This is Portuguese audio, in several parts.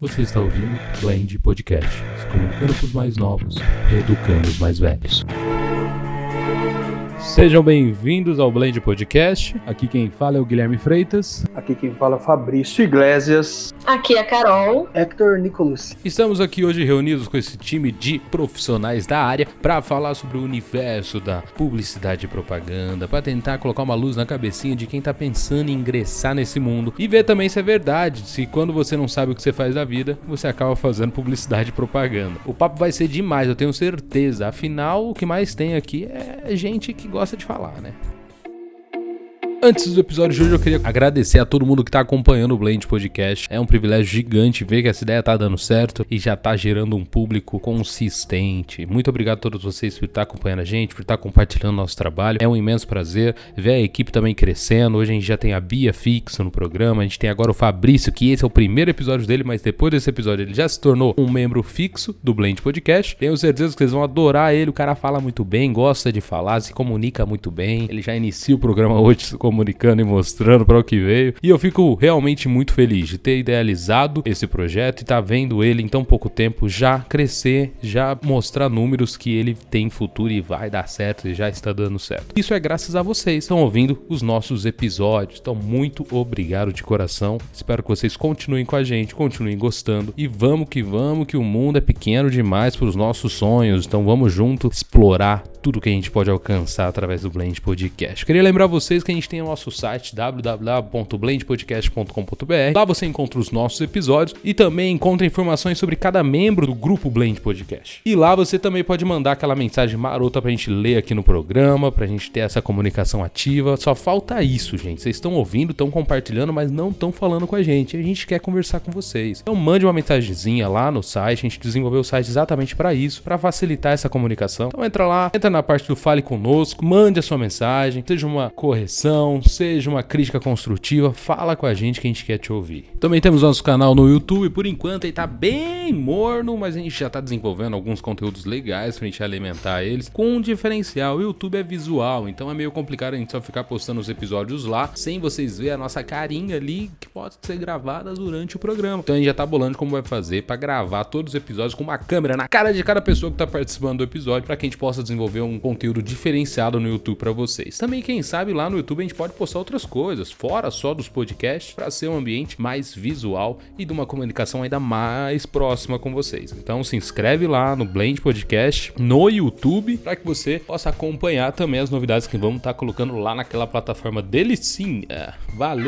Você está ouvindo Blend Podcast, se comunicando com os mais novos, reeducando os mais velhos. Sejam bem-vindos ao Blend Podcast. Aqui quem fala é o Guilherme Freitas. Aqui quem fala é Fabrício Iglesias. Aqui é a Carol. Hector Nicolas. Estamos aqui hoje reunidos com esse time de profissionais da área para falar sobre o universo da publicidade e propaganda, para tentar colocar uma luz na cabecinha de quem está pensando em ingressar nesse mundo e ver também se é verdade, se quando você não sabe o que você faz da vida, você acaba fazendo publicidade e propaganda. O papo vai ser demais, eu tenho certeza. Afinal, o que mais tem aqui é gente que gosta de falar, né? Antes do episódio de hoje, eu queria agradecer a todo mundo que tá acompanhando o Blend Podcast. É um privilégio gigante ver que essa ideia tá dando certo e já tá gerando um público consistente. Muito obrigado a todos vocês por estar acompanhando a gente, por estar compartilhando nosso trabalho. É um imenso prazer ver a equipe também crescendo. Hoje a gente já tem a Bia fixa no programa, a gente tem agora o Fabrício, que esse é o primeiro episódio dele, mas depois desse episódio ele já se tornou um membro fixo do Blend Podcast. Tenho certeza que vocês vão adorar ele, o cara fala muito bem, gosta de falar, se comunica muito bem. Ele já inicia o programa hoje comunicando e mostrando para o que veio. E eu fico realmente muito feliz de ter idealizado esse projeto e tá vendo ele em tão pouco tempo já crescer, já mostrar números que ele tem futuro e vai dar certo e já está dando certo. Isso é graças a vocês que estão ouvindo os nossos episódios. Então, muito obrigado de coração. Espero que vocês continuem com a gente, continuem gostando e vamos que o mundo é pequeno demais para os nossos sonhos. Então, vamos junto explorar tudo que a gente pode alcançar através do Blend Podcast. Queria lembrar vocês que a gente tem o nosso site www.blendpodcast.com.br. Lá você encontra os nossos episódios e também encontra informações sobre cada membro do grupo Blend Podcast. E lá você também pode mandar aquela mensagem marota pra gente ler aqui no programa, pra gente ter essa comunicação ativa. Só falta isso, gente. Vocês estão ouvindo, estão compartilhando, mas não estão falando com a gente. A gente quer conversar com vocês. Então mande uma mensagenzinha lá no site. A gente desenvolveu o site exatamente para isso, para facilitar essa comunicação. Então entra lá, entra na parte do Fale Conosco, mande a sua mensagem, seja uma correção, seja uma crítica construtiva, fala com a gente que a gente quer te ouvir. Também temos nosso canal no YouTube, por enquanto ele tá bem morno, mas a gente já tá desenvolvendo alguns conteúdos legais pra gente alimentar eles, com um diferencial. O YouTube é visual, então é meio complicado a gente só ficar postando os episódios lá, sem vocês verem a nossa carinha ali, que pode ser gravada durante o programa. Então a gente já tá bolando como vai fazer pra gravar todos os episódios com uma câmera na cara de cada pessoa que tá participando do episódio, pra que a gente possa desenvolver um conteúdo diferenciado no YouTube pra vocês. Também, quem sabe, lá no YouTube a gente pode postar outras coisas, fora só dos podcasts, pra ser um ambiente mais visual e de uma comunicação ainda mais próxima com vocês. Então se inscreve lá no Blend Podcast no YouTube para que você possa acompanhar também as novidades que vamos estar colocando lá naquela plataforma delicinha. Valeu!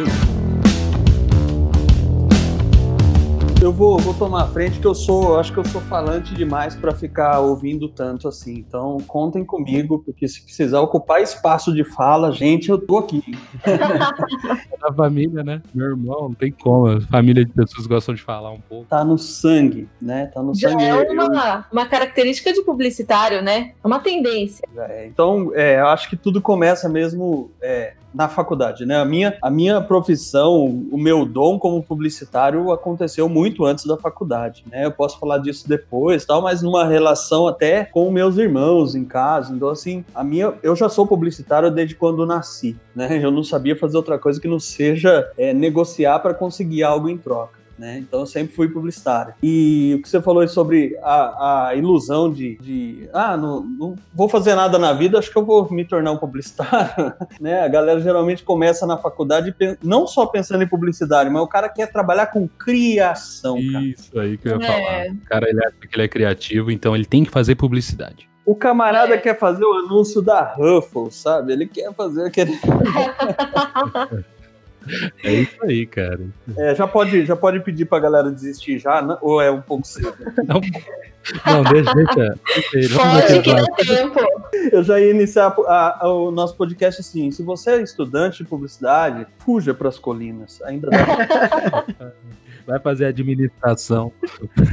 Eu vou tomar a frente que acho que eu sou falante demais para ficar ouvindo tanto assim. Então, contem comigo, porque se precisar ocupar espaço de fala, gente, eu tô aqui. A família, né? Meu irmão, não tem como. A família de pessoas gostam de falar um pouco. Tá no sangue, né? Tá no sangue. Já é uma característica de publicitário, né? É uma tendência. Então, eu acho que tudo começa mesmo na faculdade, né? A minha profissão, o meu dom como publicitário aconteceu muito antes da faculdade, né? Eu posso falar disso depois, tal, mas numa relação até com meus irmãos em casa. Então, assim, eu já sou publicitário desde quando nasci, né? Eu não sabia fazer outra coisa que não seja negociar para conseguir algo em troca, né? Então eu sempre fui publicitário. E o que você falou sobre a ilusão não vou fazer nada na vida, acho que eu vou me tornar um publicitário, né? A galera geralmente começa na faculdade não só pensando em publicidade, mas o cara quer trabalhar com criação, cara. Isso aí que eu ia falar. O cara, ele acha que ele é criativo, então ele tem que fazer publicidade. O camarada quer fazer o anúncio da Ruffles, sabe? Ele quer fazer aquele... É isso aí, cara. Já pode pedir pra galera desistir já, né? Ou é um pouco cedo? Não, deixa ele. Pode que dá tempo. Eu já ia iniciar o nosso podcast assim: se você é estudante de publicidade, fuja pras colinas. Ainda dá. Vai fazer administração.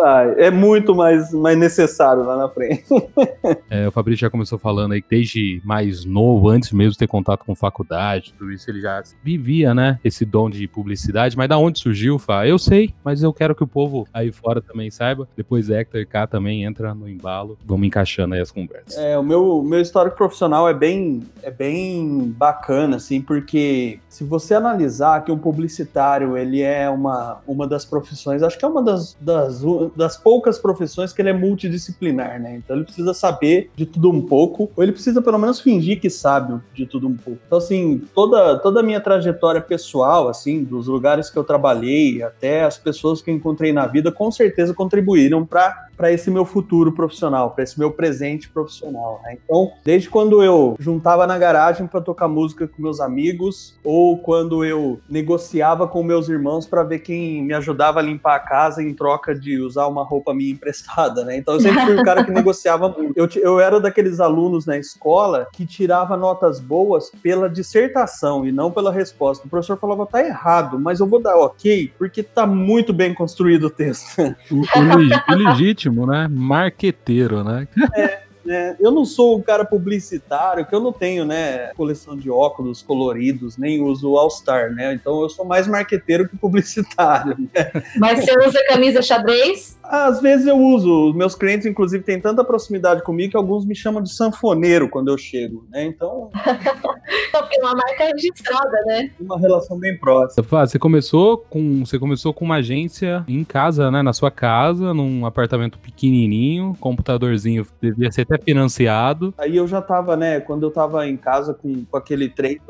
É muito mais necessário lá na frente. O Fabrício já começou falando aí que desde mais novo, antes mesmo de ter contato com faculdade, tudo isso, ele já vivia, né, esse dom de publicidade. Mas da onde surgiu, Fá? Eu sei, mas eu quero que o povo aí fora também saiba. Depois Hector e K também entra no embalo. Vamos encaixando aí as conversas. O meu histórico profissional é bem bacana, assim, porque se você analisar que um publicitário, ele é uma das profissões, acho que é uma das poucas profissões que ele é multidisciplinar, né? Então ele precisa saber de tudo um pouco, ou ele precisa pelo menos fingir que sabe de tudo um pouco. Então, assim, toda a minha trajetória pessoal, assim, dos lugares que eu trabalhei, até as pessoas que eu encontrei na vida, com certeza contribuíram para esse meu futuro profissional, para esse meu presente profissional, né? Então, desde quando eu juntava na garagem para tocar música com meus amigos, ou quando eu negociava com meus irmãos para ver quem me ajudava a limpar a casa em troca de usar uma roupa minha emprestada, né? Então eu sempre fui o cara que negociava muito. Eu era daqueles alunos na escola que tirava notas boas pela dissertação e não pela resposta. O professor falava, tá errado, mas eu vou dar ok, porque tá muito bem construído o texto. O legítimo, né? Marqueteiro, né? Eu não sou um cara publicitário, que eu não tenho, né, coleção de óculos coloridos, nem uso All-Star, né? Então eu sou mais marqueteiro que publicitário, né? Mas você usa camisa xadrez? Às vezes eu uso. Os meus clientes, inclusive, têm tanta proximidade comigo que alguns me chamam de sanfoneiro quando eu chego, né? Então... Porque é uma marca registrada, né? Uma relação bem próxima. Você começou com uma agência em casa, né? Na sua casa, num apartamento pequenininho, computadorzinho devia ser até financiado. Aí eu já tava, né? Quando eu tava em casa com aquele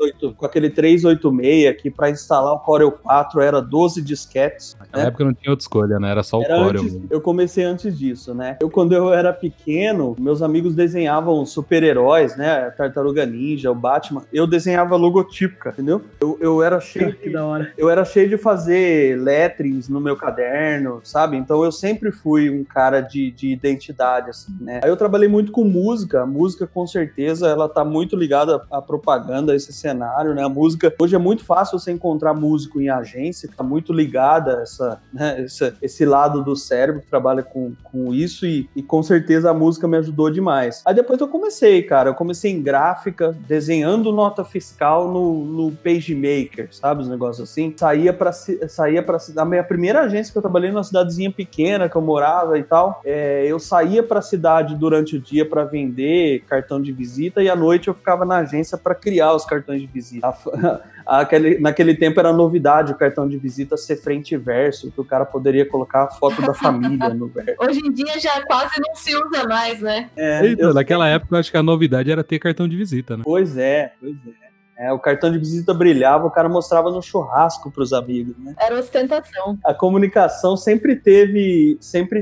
386, que para instalar o Corel 4 era 12 disquetes. Na época não tinha outra escolha, né? Era só o Corel. Eu comecei antes disso, né? Quando eu era pequeno, meus amigos desenhavam super-heróis, né? Tartaruga Ninja, o Batman. Eu desenhava logotípica, entendeu? Eu era cheio de da hora. Eu era cheio de fazer letterings no meu caderno, sabe? Então eu sempre fui um cara de identidade, assim, né? Aí eu trabalhei muito com música. A música, com certeza, ela tá muito ligada à propaganda, a esse cenário, né? A música, hoje é muito fácil você encontrar músico em agência, que tá muito ligada a esse lado do cérebro que trabalha com isso e com certeza a música me ajudou demais. Aí depois eu comecei em gráfica, desenhando nota fiscal no PageMaker, sabe? Os negócios assim. Saía pra a minha primeira agência que eu trabalhei numa cidadezinha pequena que eu morava e tal, eu saía pra cidade durante o dia pra vender cartão de visita e à noite eu ficava na agência pra criar os cartões de visita. Naquele tempo era novidade o cartão de visita ser frente e verso, que o cara poderia colocar a foto da família no verso. Hoje em dia já quase não se usa mais, né? Naquela época eu acho que a novidade era ter cartão de visita, né? Pois é. O cartão de visita brilhava, o cara mostrava no churrasco pros amigos, né? Era ostentação. A comunicação sempre teve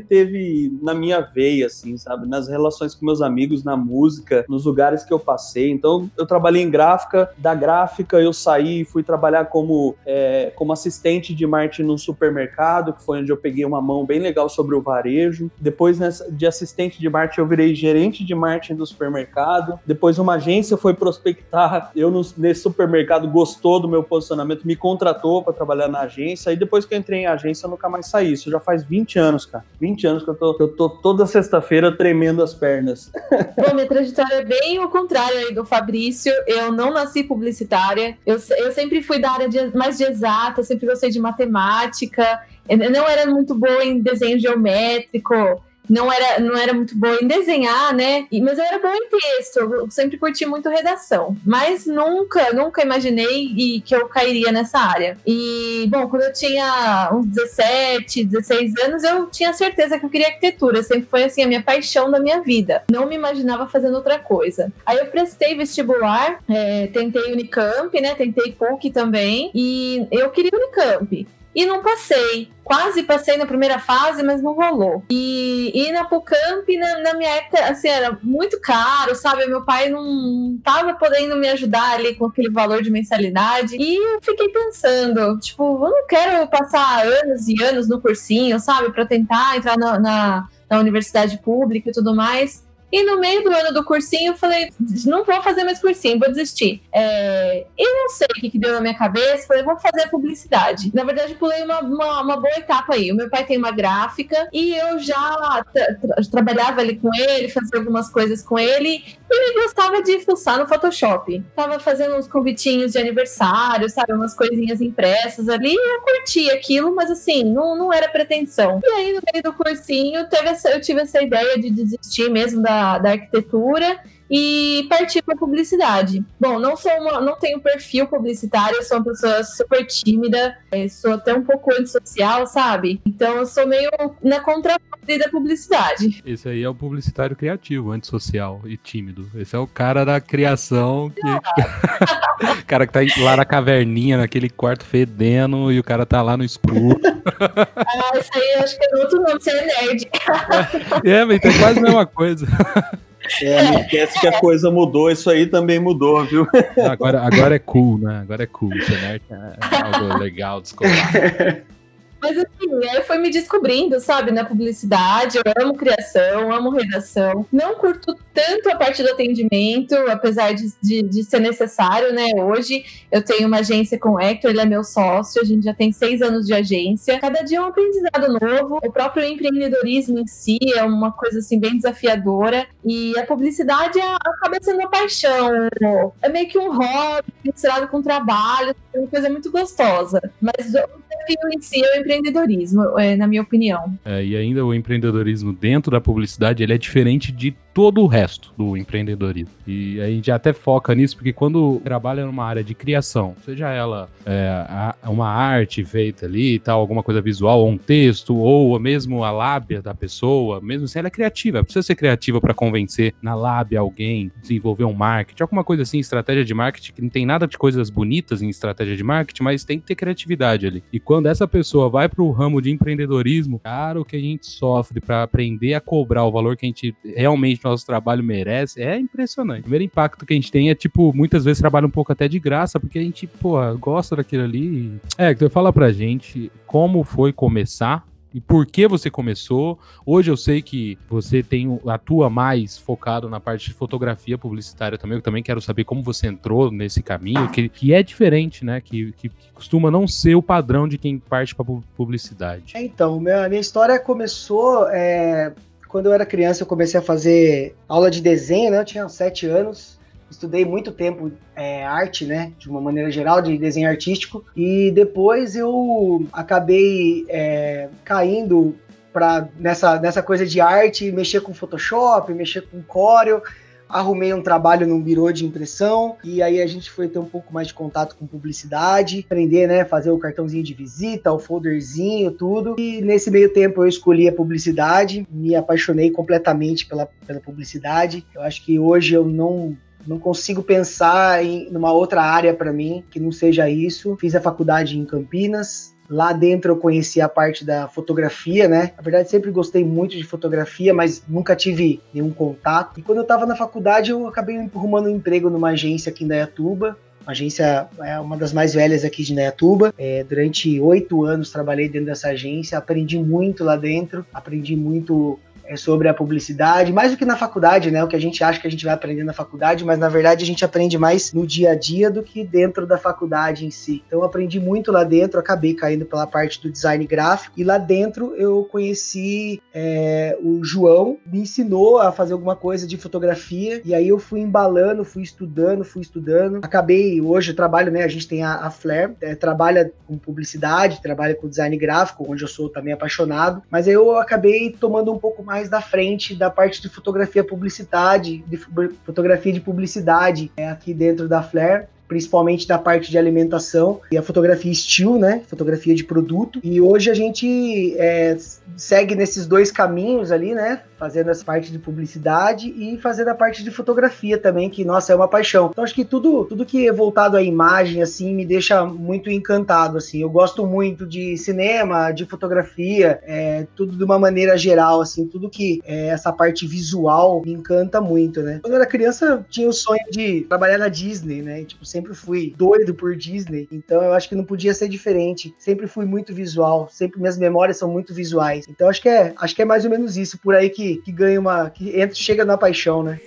na minha veia, assim, sabe? Nas relações com meus amigos, na música, nos lugares que eu passei. Então, eu trabalhei em gráfica. Da gráfica, eu saí e fui trabalhar como assistente de marketing num supermercado, que foi onde eu peguei uma mão bem legal sobre o varejo. Depois, de assistente de marketing, eu virei gerente de marketing do supermercado. Depois, uma agência foi prospectar. Nesse supermercado gostou do meu posicionamento, me contratou para trabalhar na agência, e depois que eu entrei em agência eu nunca mais saí. Isso já faz 20 anos, cara. 20 anos que eu tô toda sexta-feira tremendo as pernas. Bom, minha trajetória é bem o contrário aí do Fabrício. Eu não nasci publicitária, eu sempre fui da área mais de exata, sempre gostei de matemática, eu não era muito boa em desenho geométrico, não era muito boa em desenhar, né? Mas eu era boa em texto, eu sempre curti muito redação. Mas nunca imaginei que eu cairia nessa área. E, bom, quando eu tinha uns 17, 16 anos, eu tinha certeza que eu queria arquitetura. Sempre foi, assim, a minha paixão da minha vida. Não me imaginava fazendo outra coisa. Aí eu prestei vestibular, tentei Unicamp, né? Tentei PUC também. E eu queria Unicamp. E não passei. Quase passei na primeira fase, mas não rolou. E na PUCamp, na minha época, assim, era muito caro, sabe? Meu pai não tava podendo me ajudar ali com aquele valor de mensalidade. E eu fiquei pensando, tipo, eu não quero passar anos e anos no cursinho, sabe? Pra tentar entrar na universidade pública e tudo mais. E no meio do ano do cursinho, eu falei, não vou fazer mais cursinho, vou desistir. Eu não sei o que deu na minha cabeça, falei, vou fazer publicidade. Na verdade, pulei uma boa etapa aí. O meu pai tem uma gráfica e eu já trabalhava ali com ele, fazia algumas coisas com ele e gostava de fuçar no Photoshop. Tava fazendo uns convitinhos de aniversário, sabe, umas coisinhas impressas ali, eu curti aquilo, mas assim, não era pretensão. E aí, no meio do cursinho, eu tive essa ideia de desistir mesmo da arquitetura e partir para publicidade. Bom, não tenho perfil publicitário, eu sou uma pessoa super tímida, sou até um pouco antissocial, sabe? Então eu sou meio na contramão da publicidade. Esse aí é o publicitário criativo, antissocial e tímido. Esse é o cara da criação o cara que tá lá na caverninha, naquele quarto fedendo, e o cara tá lá no escuro. Isso aí eu acho que é outro nome, você é nerd. Mas é quase a mesma coisa. Não esquece que a coisa mudou, isso aí também mudou, viu? Agora é cool, né? Agora é cool. Ser nerd é algo legal, descolar. Mas assim, aí eu fui me descobrindo, sabe, na publicidade. Eu amo criação, amo redação. Não curto tanto a parte do atendimento, apesar de ser necessário, né? Hoje eu tenho uma agência com o Hector, ele é meu sócio, a gente já tem 6 anos de agência. Cada dia é um aprendizado novo. O próprio empreendedorismo em si é uma coisa assim bem desafiadora. E a publicidade acaba sendo uma paixão. É meio que um hobby misturado com trabalho, é uma coisa muito gostosa. Mas o desafio em si é o empreendedorismo, na minha opinião. E ainda o empreendedorismo dentro da publicidade, ele é diferente de todo o resto do empreendedorismo. E a gente até foca nisso, porque quando trabalha numa área de criação, seja ela uma arte feita ali e tal, alguma coisa visual, ou um texto, ou mesmo a lábia da pessoa, mesmo assim, ela é criativa. Precisa ser criativa para convencer na lábia alguém, desenvolver um marketing, alguma coisa assim, estratégia de marketing, que não tem nada de coisas bonitas em estratégia de marketing, mas tem que ter criatividade ali. E quando essa pessoa vai pro ramo de empreendedorismo, cara, o que a gente sofre para aprender a cobrar o valor que a gente realmente nosso trabalho merece, é impressionante. O primeiro impacto que a gente tem é, muitas vezes trabalha um pouco até de graça, porque a gente, gosta daquilo ali. Então fala pra gente como foi começar e por que você começou. Hoje eu sei que você atua mais focado na parte de fotografia publicitária também. Eu também quero saber como você entrou nesse caminho, que é diferente, né? Que costuma não ser o padrão de quem parte para publicidade. Então, minha história começou... Quando eu era criança, eu comecei a fazer aula de desenho, né? Eu tinha 7 anos. Estudei muito tempo arte, né? De uma maneira geral, de desenho artístico. E depois eu acabei caindo nessa coisa de arte, mexer com Photoshop, mexer com Corel. Arrumei um trabalho num birô de impressão e aí a gente foi ter um pouco mais de contato com publicidade, aprender, né, fazer o cartãozinho de visita, o folderzinho, tudo. E nesse meio tempo eu escolhi a publicidade, me apaixonei completamente pela publicidade. Eu acho que hoje eu não consigo pensar numa outra área para mim que não seja isso. Fiz a faculdade em Campinas. Lá dentro eu conheci a parte da fotografia, né? Na verdade, sempre gostei muito de fotografia, mas nunca tive nenhum contato. E quando eu estava na faculdade, eu acabei arrumando um emprego numa agência aqui em Indaiatuba. A agência é uma das mais velhas aqui de Indaiatuba. Durante 8 anos trabalhei dentro dessa agência, aprendi muito lá dentro, aprendi muito sobre a publicidade, mais do que na faculdade, né? O que a gente acha que a gente vai aprender na faculdade, mas na verdade a gente aprende mais no dia a dia do que dentro da faculdade em si. Então eu aprendi muito lá dentro, acabei caindo pela parte do design gráfico e lá dentro eu conheci o João, me ensinou a fazer alguma coisa de fotografia e aí eu fui embalando, fui estudando. Acabei, hoje eu trabalho, né? A gente tem a Flare, trabalha com publicidade, trabalha com design gráfico, onde eu sou também apaixonado, mas aí eu acabei tomando um pouco mais da frente da parte de fotografia de publicidade aqui dentro da Flare, principalmente da parte de alimentação e a fotografia still, né, fotografia de produto, e hoje a gente segue nesses 2 caminhos ali, né, fazendo essa parte de publicidade e fazendo a parte de fotografia também, que, nossa, é uma paixão. Então, acho que tudo que é voltado à imagem, assim, me deixa muito encantado, assim. Eu gosto muito de cinema, de fotografia, tudo de uma maneira geral, assim, tudo que essa parte visual me encanta muito, né. Quando eu era criança, eu tinha o sonho de trabalhar na Disney, né, sempre fui doido por Disney, então eu acho que não podia ser diferente. Sempre fui muito visual, sempre minhas memórias são muito visuais. Então, acho que é mais ou menos isso, por aí que que chega na paixão, né?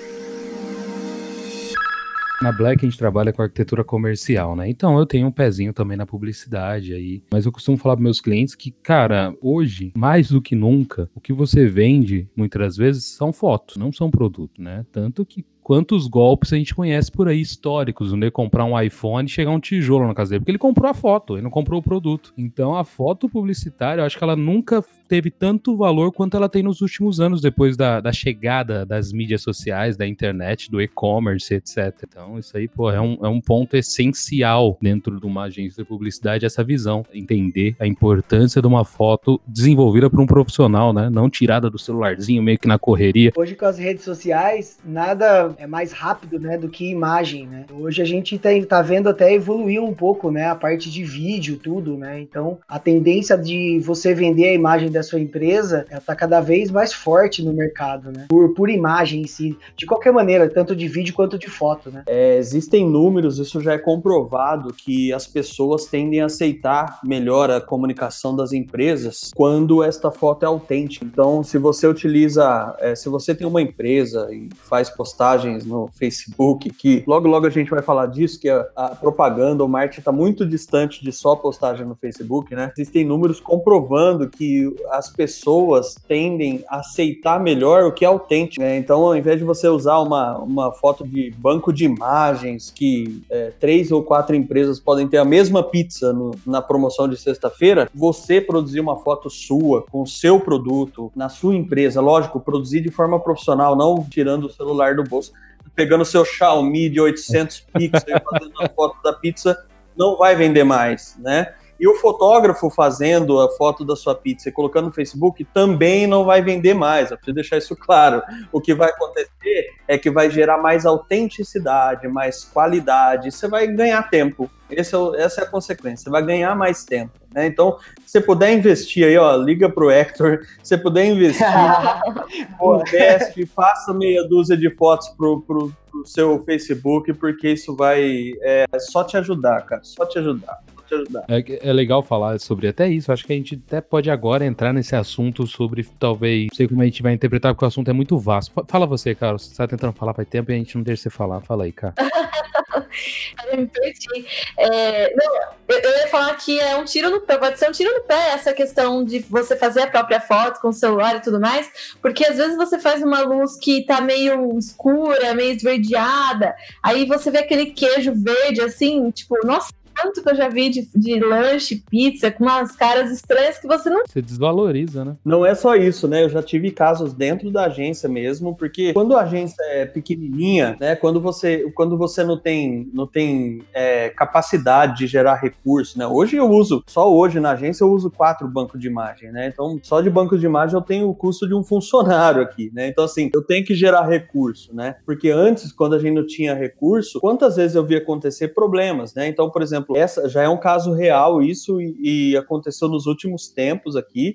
Na Black a gente trabalha com arquitetura comercial, né? Então eu tenho um pezinho também na publicidade aí. Mas eu costumo falar para meus clientes que, cara, hoje, mais do que nunca, o que você vende, muitas das vezes, são fotos, não são produto, né? Tanto que quantos golpes a gente conhece por aí, históricos, onde comprar um iPhone e chegar um tijolo na casa dele, porque ele comprou a foto, ele não comprou o produto. Então a foto publicitária, eu acho que ela nunca teve tanto valor quanto ela tem nos últimos anos, depois da chegada das mídias sociais, da internet, do e-commerce, etc. Então isso aí, pô, é um ponto essencial dentro de uma agência de publicidade, essa visão, entender a importância de uma foto desenvolvida por um profissional, né, não tirada do celularzinho, meio que na correria. Hoje com as redes sociais, nada é mais rápido, né, do que imagem, né? Hoje a gente tá vendo até evoluir um pouco, né, a parte de vídeo, tudo, né? Então, a tendência de você vender a imagem da sua empresa, ela tá cada vez mais forte no mercado, né? Por imagem em si, de qualquer maneira, tanto de vídeo quanto de foto, né? Existem números, isso já é comprovado, que as pessoas tendem a aceitar melhor a comunicação das empresas quando esta foto é autêntica. Então, se você se você tem uma empresa e faz postagens no Facebook, que logo a gente vai falar disso, que a propaganda, o marketing está muito distante de só postagem no Facebook, né? Existem números comprovando que as pessoas tendem a aceitar melhor o que é autêntico, né? Então, ao invés de você usar uma foto de banco de imagens que 3 ou 4 empresas podem ter a mesma pizza na promoção de sexta-feira, você produzir uma foto sua, com o seu produto, na sua empresa, lógico, produzir de forma profissional, não tirando o celular do bolso, pegando o seu Xiaomi de 800 pixels e fazendo a foto da pizza, não vai vender mais, né? E o fotógrafo fazendo a foto da sua pizza e colocando no Facebook também não vai vender mais, eu preciso deixar isso claro. O que vai acontecer é que vai gerar mais autenticidade, mais qualidade, você vai ganhar tempo. Essa é a consequência, você vai ganhar mais tempo, né? Então, se você puder investir aí, ó, liga pro Hector, se você puder investir, investe, faça meia dúzia de fotos pro seu Facebook, porque isso vai só te ajudar, cara, só te ajudar. É legal falar sobre até isso. Acho que a gente até pode agora entrar nesse assunto sobre, talvez, não sei como a gente vai interpretar, porque o assunto é muito vasto. Fala você, cara, você tá tentando falar faz tempo e a gente não deixa você falar. Fala aí, cara. Eu me perdi. Eu ia falar que é um tiro no pé, pode ser um tiro no pé essa questão de você fazer a própria foto com o celular e tudo mais, porque às vezes você faz uma luz que tá meio escura, meio esverdeada, aí você vê aquele queijo verde assim, tipo, nossa, tanto que eu já vi de lanche, pizza, com umas caras estranhas que você não... Você desvaloriza, né? Não é só isso, né? Eu já tive casos dentro da agência mesmo, porque quando a agência é pequenininha, né? Quando você não tem capacidade de gerar recurso, né? Só hoje na agência eu uso 4 bancos de imagem, né? Então, só de banco de imagem eu tenho o custo de um funcionário aqui, né? Então, assim, eu tenho que gerar recurso, né? Porque antes, quando a gente não tinha recurso, quantas vezes eu vi acontecer problemas, né? Então, por exemplo, essa já é um caso real, isso, e aconteceu nos últimos tempos aqui,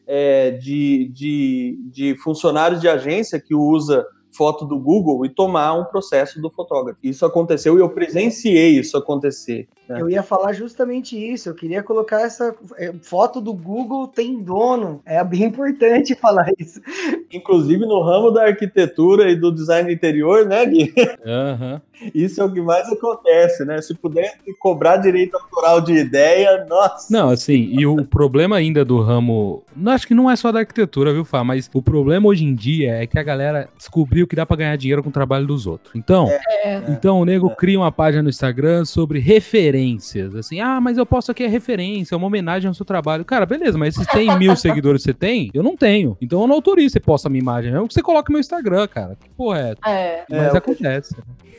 de funcionários de agência que usa foto do Google e tomar um processo do fotógrafo. Isso aconteceu e eu presenciei isso acontecer. Né? Eu ia falar justamente isso, eu queria colocar essa foto do Google tem dono, é bem importante falar isso. Inclusive no ramo da arquitetura e do design interior, né, Gui? Aham. Isso é o que mais acontece, né? Se puder cobrar direito autoral de ideia, nossa. Não, assim, e o problema ainda do ramo, acho que não é só da arquitetura, viu, Fá? Mas o problema hoje em dia é que a galera descobriu que dá pra ganhar dinheiro com o trabalho dos outros. Então, o nego cria uma página no Instagram sobre referências, assim, mas eu posto aqui a referência, é uma homenagem ao seu trabalho. Cara, beleza, mas se tem 1000 seguidores você tem, eu não tenho. Então eu não autorizo você posta a minha imagem, mesmo que você coloque no meu Instagram, cara. Que porra é? Mas acontece.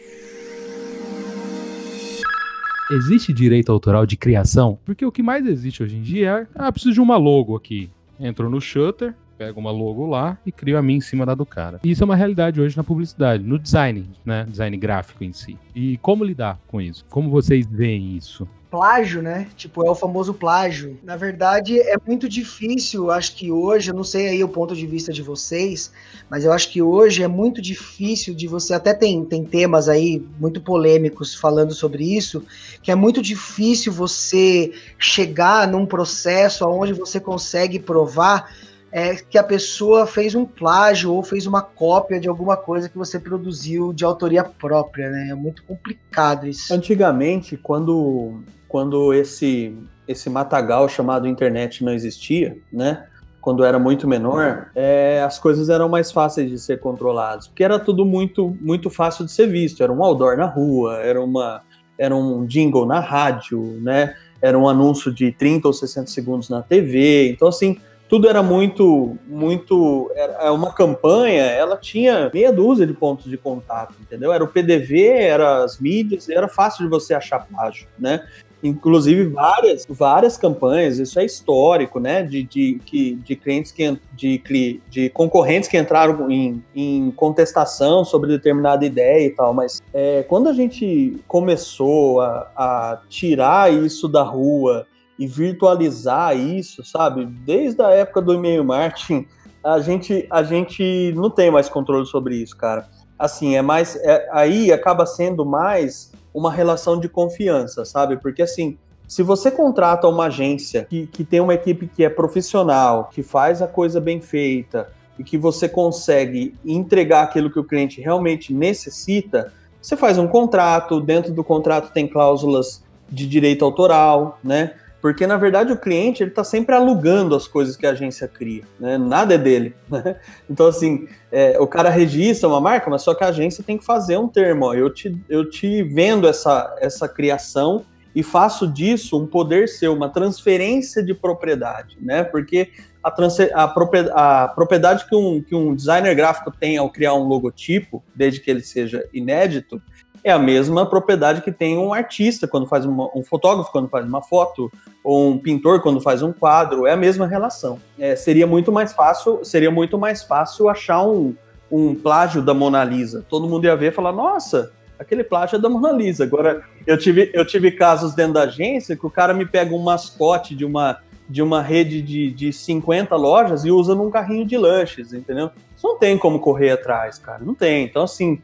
Existe direito autoral de criação? Porque o que mais existe hoje em dia é, preciso de uma logo aqui. Entro no Shutter, pego uma logo lá e crio a minha em cima da do cara. E isso é uma realidade hoje na publicidade, no design, né? Design gráfico em si. E como lidar com isso? Como vocês veem isso? Plágio, né? Tipo, é o famoso plágio. Na verdade, é muito difícil, acho que hoje, eu não sei aí o ponto de vista de vocês, mas eu acho que hoje é muito difícil de você, até tem temas aí muito polêmicos falando sobre isso, que é muito difícil você chegar num processo onde você consegue provar que a pessoa fez um plágio ou fez uma cópia de alguma coisa que você produziu de autoria própria, né? É muito complicado isso. Antigamente, quando esse matagal chamado internet não existia, né? Quando era muito menor, as coisas eram mais fáceis de ser controladas, porque era tudo muito, muito fácil de ser visto. Era um outdoor na rua, era um jingle na rádio, né? Era um anúncio de 30 ou 60 segundos na TV. Então, assim, tudo era muito... Era uma campanha, ela tinha meia dúzia de pontos de contato, entendeu? Era o PDV, era as mídias, era fácil de você achar plágio, né? Inclusive várias campanhas, isso é histórico, né? De clientes de concorrentes que entraram em contestação sobre determinada ideia e tal, mas quando a gente começou a tirar isso da rua e virtualizar isso, sabe? Desde a época do e-mail marketing, a gente não tem mais controle sobre isso, cara. Assim, aí acaba sendo mais uma relação de confiança, sabe? Porque, assim, se você contrata uma agência que tem uma equipe que é profissional, que faz a coisa bem feita e que você consegue entregar aquilo que o cliente realmente necessita, você faz um contrato, dentro do contrato tem cláusulas de direito autoral, né? Porque, na verdade, o cliente ele está sempre alugando as coisas que a agência cria, né? Nada é dele, né? Então, assim, o cara registra uma marca, mas só que a agência tem que fazer um termo. Ó, eu te vendo essa criação e faço disso um poder seu, uma transferência de propriedade, né? Porque a propriedade que um designer gráfico tem ao criar um logotipo, desde que ele seja inédito, é a mesma propriedade que tem um artista quando faz um fotógrafo quando faz uma foto, ou um pintor quando faz um quadro, é a mesma relação. Seria muito mais fácil achar um plágio da Mona Lisa. Todo mundo ia ver e falar, nossa, aquele plágio é da Mona Lisa. Agora, eu tive casos dentro da agência que o cara me pega um mascote de uma rede de 50 lojas e usa num carrinho de lanches, entendeu? Isso não tem como correr atrás, cara, não tem. Então, assim,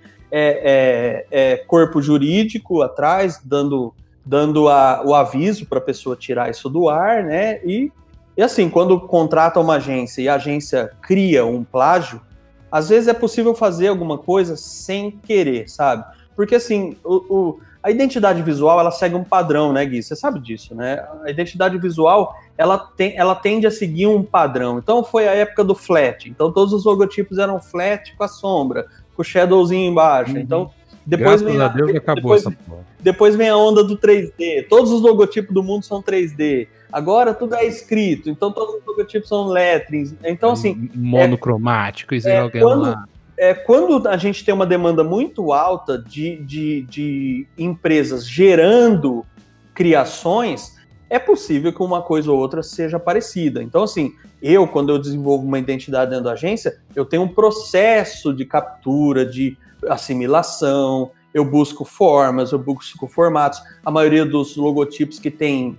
corpo jurídico atrás, dando o aviso para a pessoa tirar isso do ar, né? E assim, quando contrata uma agência e a agência cria um plágio, às vezes é possível fazer alguma coisa sem querer, sabe? Porque, assim, a identidade visual, ela segue um padrão, né, Gui? Você sabe disso, né? A identidade visual, ela tende a seguir um padrão. Então, foi a época do flat. Então, todos os logotipos eram flat com a sombra, com o shadowzinho embaixo. Então, depois Graças a Deus acabou essa porra. Depois vem a onda do 3D. Todos os logotipos do mundo são 3D. Agora tudo é escrito. Então, todos os logotipos são letterings. Então, assim... monocromático, quando a gente tem uma demanda muito alta de empresas gerando criações, é possível que uma coisa ou outra seja parecida. Então, assim, quando eu desenvolvo uma identidade dentro da agência, eu tenho um processo de captura, de assimilação, eu busco formas, eu busco formatos. A maioria dos logotipos que tem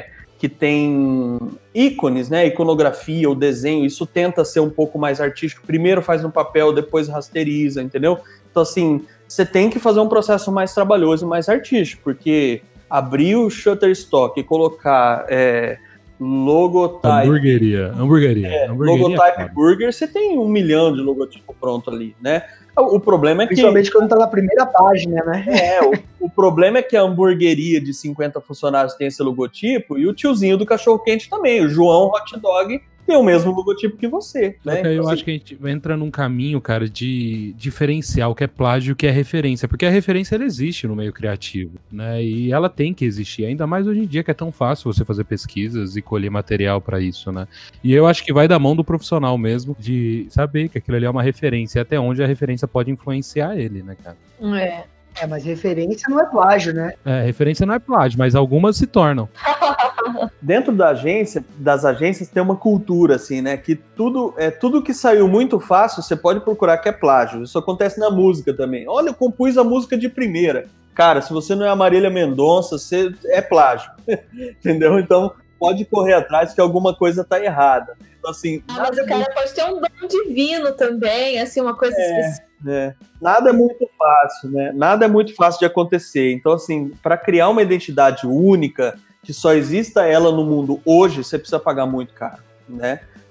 ícones, né, iconografia, o desenho, isso tenta ser um pouco mais artístico. Primeiro faz no papel, depois rasteriza, entendeu? Então, assim, você tem que fazer um processo mais trabalhoso e mais artístico, porque abrir o Shutterstock e colocar logotype... Hamburgueria logotype burger, você tem 1 milhão de logotipo pronto ali, né? O problema é que... Principalmente quando tá na primeira página, né? O problema é que a hamburgueria de 50 funcionários tem esse logotipo e o tiozinho do cachorro-quente também, o João Hot Dog, tem o mesmo logotipo que você, né? Então, eu acho que a gente entra num caminho, cara, de diferenciar o que é plágio e o que é referência, porque a referência, ela existe no meio criativo, né? E ela tem que existir, ainda mais hoje em dia que é tão fácil você fazer pesquisas e colher material pra isso, né? E eu acho que vai da mão do profissional mesmo, de saber que aquilo ali é uma referência, e até onde a referência pode influenciar ele, né, cara? Mas referência não é plágio, né? Referência não é plágio, mas algumas se tornam. Dentro das agências tem uma cultura, assim, né? Que tudo que saiu muito fácil, você pode procurar que é plágio. Isso acontece na música também. Olha, eu compus a música de primeira. Cara, se você não é a Marília Mendonça, você é plágio. Entendeu? Então, pode correr atrás que alguma coisa tá errada. Então, assim... mas o cara pode ter um dom divino também, assim, uma coisa específica. Nada é muito fácil, né? Nada é muito fácil de acontecer. Então, assim, para criar uma identidade única, que só exista ela no mundo hoje, você precisa pagar muito caro, né?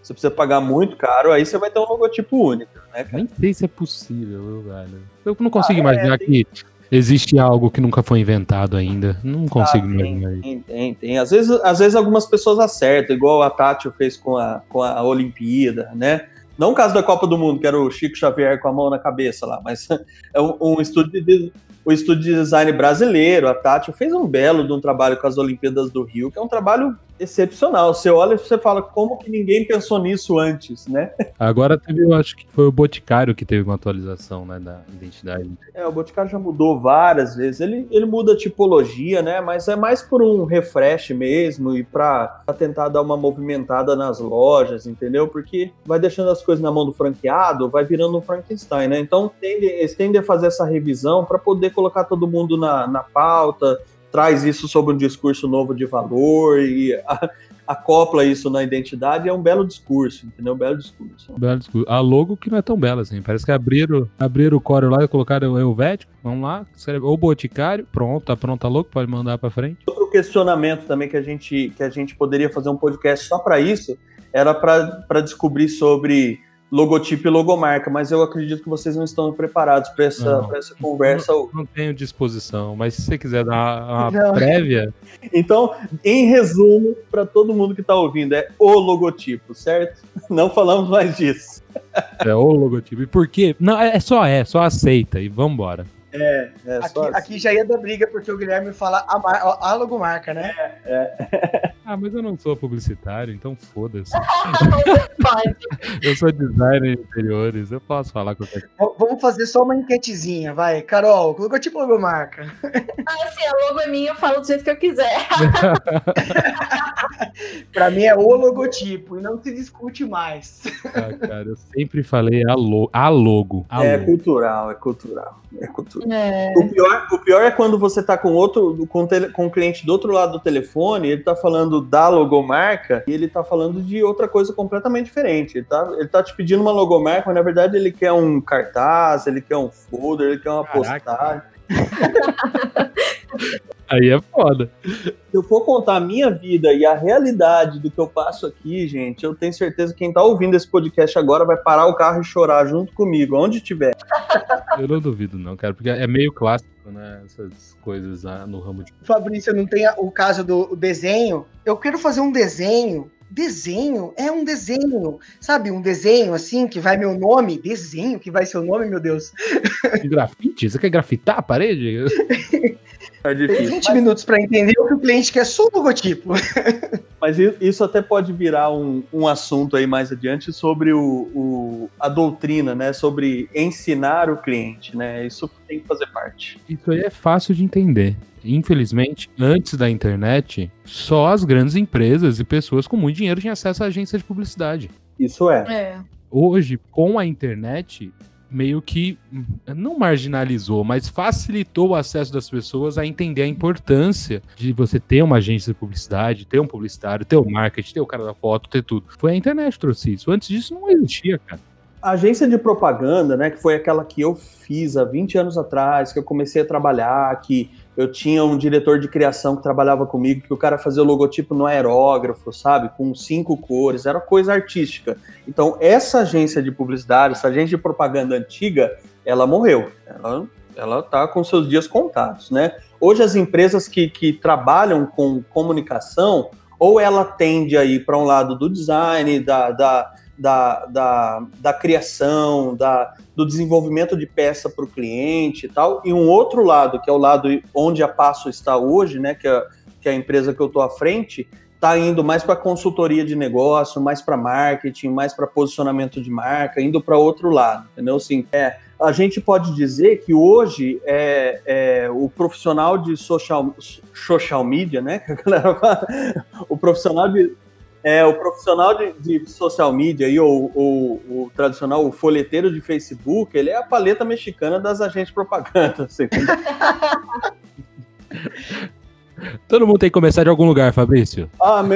você precisa pagar muito caro, aí você vai ter um logotipo único, né, cara? Nem sei se é possível, velho. Eu não consigo imaginar que existe algo que nunca foi inventado ainda. Não consigo imaginar isso. Tem. Às vezes algumas pessoas acertam, igual a Tati fez com a Olimpíada, né? Não o caso da Copa do Mundo, que era o Chico Xavier com a mão na cabeça lá, mas é um estúdio de design brasileiro. A Tati fez um belo de um trabalho com as Olimpíadas do Rio, que é um trabalho excepcional. Você olha e você fala, como que ninguém pensou nisso antes, né? Agora teve, eu acho que foi o Boticário que teve uma atualização, né, da identidade. O Boticário já mudou várias vezes. Ele muda a tipologia, né? Mas é mais por um refresh mesmo e para tentar dar uma movimentada nas lojas, entendeu? Porque vai deixando as coisas na mão do franqueado, vai virando um Frankenstein, né? Então eles tendem a fazer essa revisão para poder colocar todo mundo na pauta, traz isso sob um discurso novo de valor e acopla isso na identidade. É um belo discurso, entendeu? Belo discurso. A logo que não é tão bela assim. Parece que abriram o core lá e colocaram o Helvético. Vamos lá, o Boticário. Pronto, tá pronta a logo, pode mandar pra frente. Outro questionamento também que a gente poderia fazer um podcast só para isso era para descobrir sobre logotipo e logomarca, mas eu acredito que vocês não estão preparados para essa conversa. Não tenho disposição, mas se você quiser dar uma prévia... Então, em resumo, para todo mundo que está ouvindo, é o logotipo, certo? Não falamos mais disso. É o logotipo. E por quê? Não, só aceita e vambora. Aqui já ia dar briga, porque o Guilherme fala a logomarca, né? Mas eu não sou publicitário, então foda-se. Eu sou designer de interiores, eu posso falar qualquer coisa. Vamos fazer só uma enquetezinha, vai. Carol, logotipo ou logomarca? Assim, a logo é minha, eu falo do jeito que eu quiser. Pra mim é o logotipo, e não se discute mais. Cara, eu sempre falei a logo. Cultural. O pior é quando você tá com um cliente do outro lado do telefone, ele tá falando da logomarca e ele tá falando de outra coisa completamente diferente. Ele tá te pedindo uma logomarca, mas na verdade ele quer um cartaz, ele quer um folder, ele quer uma postagem. Aí é foda. Se eu for contar a minha vida e a realidade do que eu passo aqui, gente, eu tenho certeza que quem tá ouvindo esse podcast agora vai parar o carro e chorar junto comigo, onde tiver. Eu não duvido não, cara, porque é meio clássico, né, essas coisas no ramo de... Fabrício, não tem o caso do desenho? Eu quero fazer um desenho. Desenho é um desenho, sabe? Um desenho assim, que vai meu nome. Desenho que vai seu nome, meu Deus. De grafite? Você quer grafitar a parede? É difícil. 20 minutos para entender o que o cliente quer, só o logotipo. Mas isso até pode virar um assunto aí mais adiante sobre a doutrina, né? Sobre ensinar o cliente, né? Isso tem que fazer parte. Isso aí é fácil de entender. Infelizmente, antes da internet, só as grandes empresas e pessoas com muito dinheiro tinham acesso à agência de publicidade. Isso é. Hoje, com a internet, meio que não marginalizou, mas facilitou o acesso das pessoas a entender a importância de você ter uma agência de publicidade, ter um publicitário, ter o marketing, ter o cara da foto, ter tudo. Foi a internet que trouxe isso. Antes disso não existia, cara. A agência de propaganda, né, que foi aquela que eu fiz há 20 anos atrás, que eu comecei a trabalhar, que eu tinha um diretor de criação que trabalhava comigo, que o cara fazia o logotipo no aerógrafo, sabe, com 5 cores, era coisa artística. Então, essa agência de publicidade, essa agência de propaganda antiga, ela morreu. Ela tá com seus dias contados, né? Hoje, as empresas que trabalham com comunicação, ou ela tende a ir para um lado do design, da criação, do desenvolvimento de peça para o cliente e tal, e um outro lado, que é o lado onde a Passo está hoje, né, que é a empresa que eu estou à frente, está indo mais para consultoria de negócio, mais para marketing, mais para posicionamento de marca, indo para outro lado, entendeu? Assim, a gente pode dizer que hoje o profissional de social media, né, que a galera fala, o profissional de social media aí, ou o tradicional, o folheteiro de Facebook, ele é a paleta mexicana das agências de propaganda. Assim. Todo mundo tem que começar de algum lugar, Fabrício.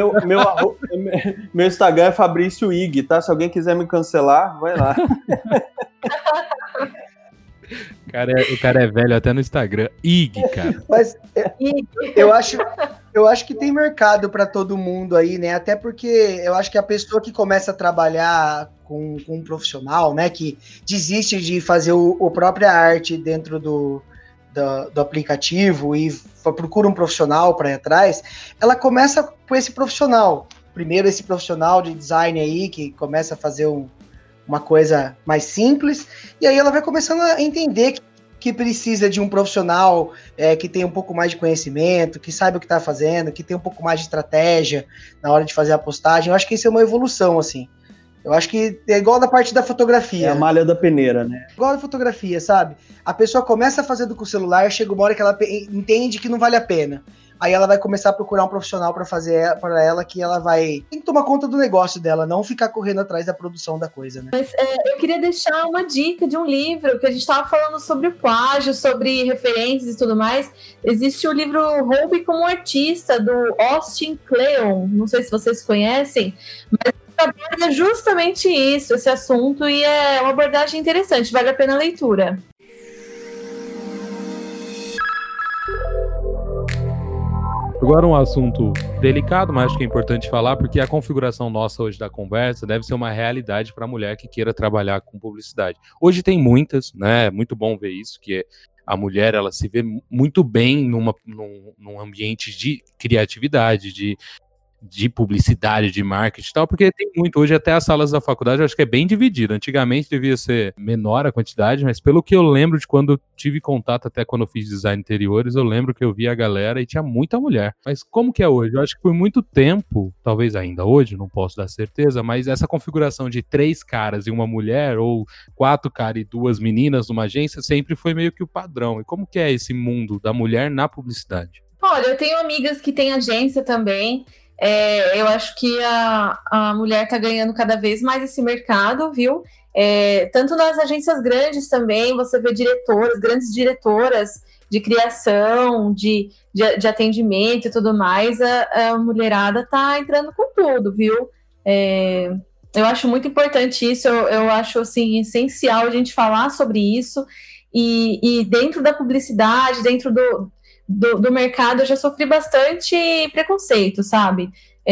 Meu Instagram é Fabrício Ig, tá? Se alguém quiser me cancelar, vai lá. O cara é velho até no Instagram. Ig, cara. Mas eu acho Eu acho que tem mercado para todo mundo aí, né? Até porque eu acho que a pessoa que começa a trabalhar com um profissional, né, que desiste de fazer o própria arte dentro do aplicativo e procura um profissional para ir atrás, ela começa com esse profissional. Primeiro esse profissional de design aí, que começa a fazer uma coisa mais simples, e aí ela vai começando a entender que precisa de um profissional que tem um pouco mais de conhecimento, que sabe o que está fazendo, que tem um pouco mais de estratégia na hora de fazer a postagem. Eu acho que isso é uma evolução, assim. Eu acho que é igual da parte da fotografia. É a malha da peneira, né? Igual da fotografia, sabe? A pessoa começa fazendo com o celular, chega uma hora que ela entende que não vale a pena. Aí ela vai começar a procurar um profissional para fazer para ela, que ela tem que tomar conta do negócio dela, não ficar correndo atrás da produção da coisa, né? Mas eu queria deixar uma dica de um livro, que a gente estava falando sobre plágio, sobre referências e tudo mais. Existe o livro Roube como Artista, do Austin Kleon. Não sei se vocês conhecem, mas aborda justamente isso, esse assunto, e é uma abordagem interessante, vale a pena a leitura. Agora um assunto delicado, mas acho que é importante falar, porque a configuração nossa hoje da conversa deve ser uma realidade para a mulher que queira trabalhar com publicidade. Hoje tem muitas, né? É muito bom ver isso, que a mulher ela se vê muito bem num ambiente de criatividade, de publicidade, de marketing e tal, porque tem muito, hoje até as salas da faculdade eu acho que é bem dividido, antigamente devia ser menor a quantidade, mas pelo que eu lembro de quando eu tive contato, até quando eu fiz design interiores, eu lembro que eu via a galera e tinha muita mulher, mas como que é hoje? Eu acho que por muito tempo, talvez ainda hoje, não posso dar certeza, mas essa configuração de 3 caras e uma mulher, ou 4 caras e 2 meninas numa agência, sempre foi meio que o padrão. E como que é esse mundo da mulher na publicidade? Olha, eu tenho amigas que têm agência também. Eu acho que a mulher está ganhando cada vez mais esse mercado, viu? Tanto nas agências grandes também, você vê diretoras, grandes diretoras de criação, de atendimento e tudo mais, a mulherada está entrando com tudo, viu? Eu acho muito importante isso, eu acho assim, essencial a gente falar sobre isso, e dentro da publicidade, dentro do mercado, eu já sofri bastante preconceito, sabe?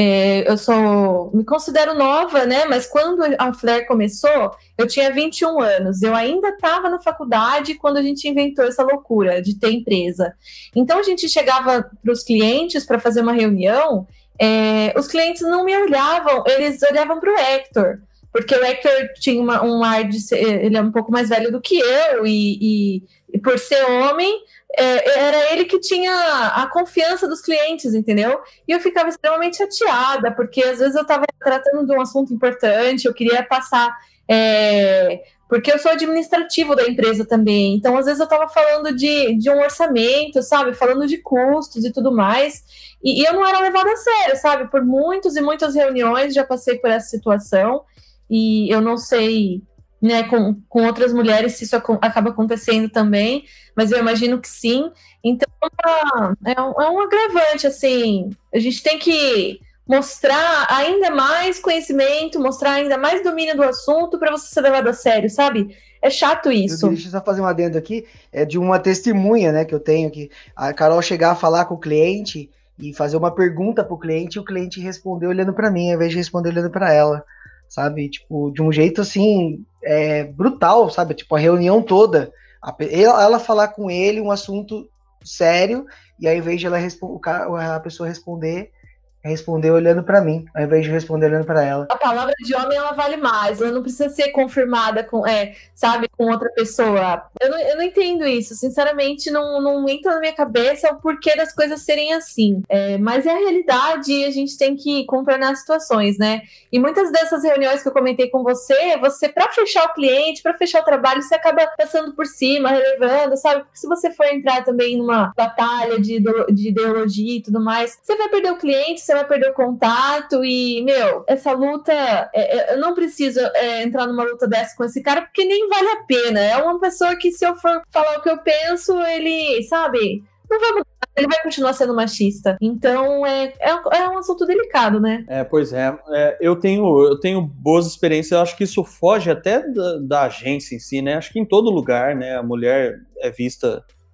Eu me considero nova, né? Mas quando a Flare começou, eu tinha 21 anos. Eu ainda estava na faculdade quando a gente inventou essa loucura de ter empresa. Então, a gente chegava para os clientes para fazer uma reunião, os clientes não me olhavam, eles olhavam para o Hector. Porque o Hector tinha um ar de ser, ele é um pouco mais velho do que eu, e por ser homem, era ele que tinha a confiança dos clientes, entendeu? E eu ficava extremamente chateada, porque às vezes eu estava tratando de um assunto importante, eu queria passar, porque eu sou administrativo da empresa também, então às vezes eu estava falando de um orçamento, sabe? Falando de custos e tudo mais, e eu não era levada a sério, sabe? Por muitas e muitas reuniões já passei por essa situação, e eu não sei, né, com outras mulheres se isso acaba acontecendo também, mas eu imagino que sim. Então é um agravante, assim, a gente tem que mostrar ainda mais conhecimento, mostrar ainda mais domínio do assunto para você ser levado a sério, sabe? É chato isso. Deixa eu só fazer um adendo aqui, de uma testemunha, né, que eu tenho, que a Carol chegar a falar com o cliente e fazer uma pergunta pro cliente, e o cliente responder olhando para mim, ao invés de responder olhando para ela, sabe? Tipo, de um jeito assim, brutal, sabe? Tipo, a reunião toda, ela falar com ele um assunto sério, e ao invés de a pessoa responder olhando para mim, ao invés de responder olhando para ela. A palavra de homem, ela vale mais, ela não precisa ser confirmada com, sabe, com outra pessoa. Eu não entendo isso, sinceramente, não entra na minha cabeça o porquê das coisas serem assim. Mas é a realidade e a gente tem que contornar as situações, né? E muitas dessas reuniões que eu comentei com você, para fechar o cliente, para fechar o trabalho, você acaba passando por cima, relevando, sabe? Porque se você for entrar também numa batalha de ideologia e tudo mais, você vai perder o cliente, você vai perder o contato e, essa luta, eu não preciso entrar numa luta dessa com esse cara, porque nem vale a pena. É uma pessoa que, se eu for falar o que eu penso, ele, sabe, não vai mudar, ele vai continuar sendo machista. Então, é um assunto delicado, né? Pois é. Eu tenho boas experiências, eu acho que isso foge até da agência em si, né? Acho que em todo lugar, né, a mulher é vista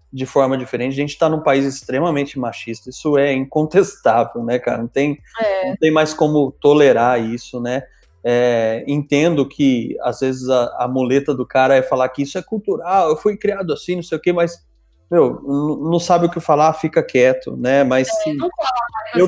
de forma diferente. A gente está num país extremamente machista, isso é incontestável, né, cara? Não tem mais como tolerar isso, né? Entendo que às vezes a muleta do cara é falar que isso é cultural, eu fui criado assim, não sei o quê, mas não sabe o que falar, fica quieto, né? Mas não eu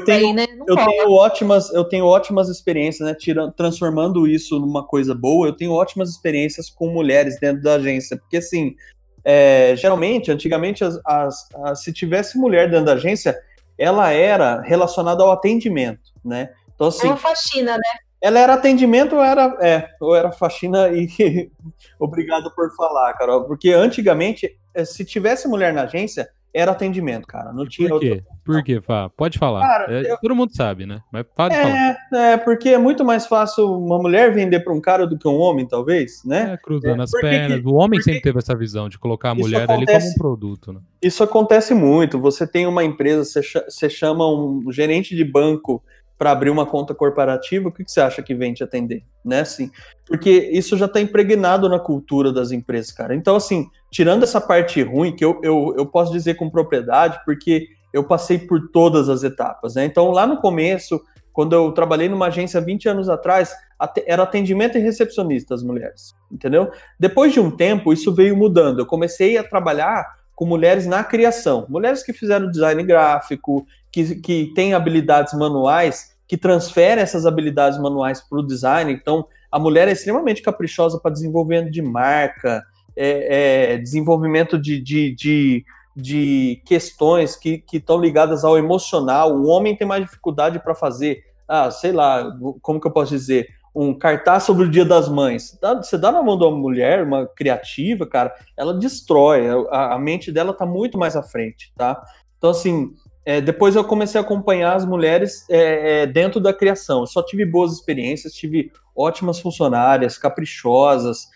tenho ótimas experiências, né? Transformando isso numa coisa boa, eu tenho ótimas experiências com mulheres dentro da agência, porque assim, geralmente, antigamente, se tivesse mulher dentro da agência, ela era relacionada ao atendimento, né? Então, assim, uma faxina, né? Ela era atendimento ou era faxina e obrigado por falar, Carol, porque antigamente, se tivesse mulher na agência, era atendimento, cara, não tinha Por quê? Por quê, Fá? Pode falar. Cara, todo mundo sabe, né? Mas pode falar. Porque é muito mais fácil uma mulher vender para um cara do que um homem, talvez, né? Cruzando as pernas. O homem sempre teve essa visão de colocar a mulher ali como um produto, né? Isso acontece muito. Você tem uma empresa, você chama um gerente de banco para abrir uma conta corporativa, o que você acha que vem te atender, né? Assim, porque isso já está impregnado na cultura das empresas, cara. Então, assim, tirando essa parte ruim, que eu posso dizer com propriedade, porque eu passei por todas as etapas, né? Então, lá no começo, quando eu trabalhei numa agência 20 anos atrás, era atendimento e recepcionista as mulheres, entendeu? Depois de um tempo, isso veio mudando. Eu comecei a trabalhar com mulheres na criação, mulheres que fizeram design gráfico, que têm habilidades manuais, que transferem essas habilidades manuais para o design. Então, a mulher é extremamente caprichosa para desenvolvimento de marca, desenvolvimento de questões que estão ligadas ao emocional. O homem tem mais dificuldade para fazer, sei lá, como que eu posso dizer, um cartaz sobre o Dia das Mães. Você dá na mão de uma mulher, uma criativa, cara, ela destrói, a mente dela tá muito mais à frente, tá? Então, assim, depois eu comecei a acompanhar as mulheres dentro da criação. Eu só tive boas experiências, tive ótimas funcionárias, caprichosas,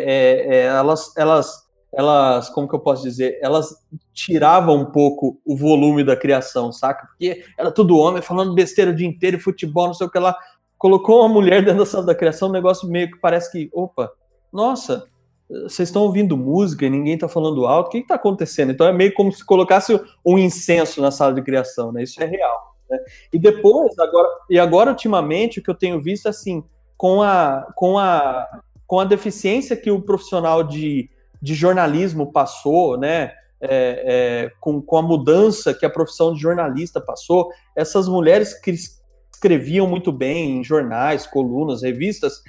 elas, como que eu posso dizer, elas tiravam um pouco o volume da criação, saca? Porque era tudo homem falando besteira o dia inteiro, futebol, não sei o que lá. Colocou uma mulher dentro da sala da criação, um negócio meio que parece que, opa, nossa, vocês estão ouvindo música e ninguém está falando alto, o que está acontecendo? Então é meio como se colocasse um incenso na sala de criação, né? Isso é real, né? E depois, agora ultimamente, o que eu tenho visto, assim, com a deficiência que o profissional de jornalismo passou, né? Com a mudança que a profissão de jornalista passou, essas mulheres que escreviam muito bem em jornais, colunas, revistas,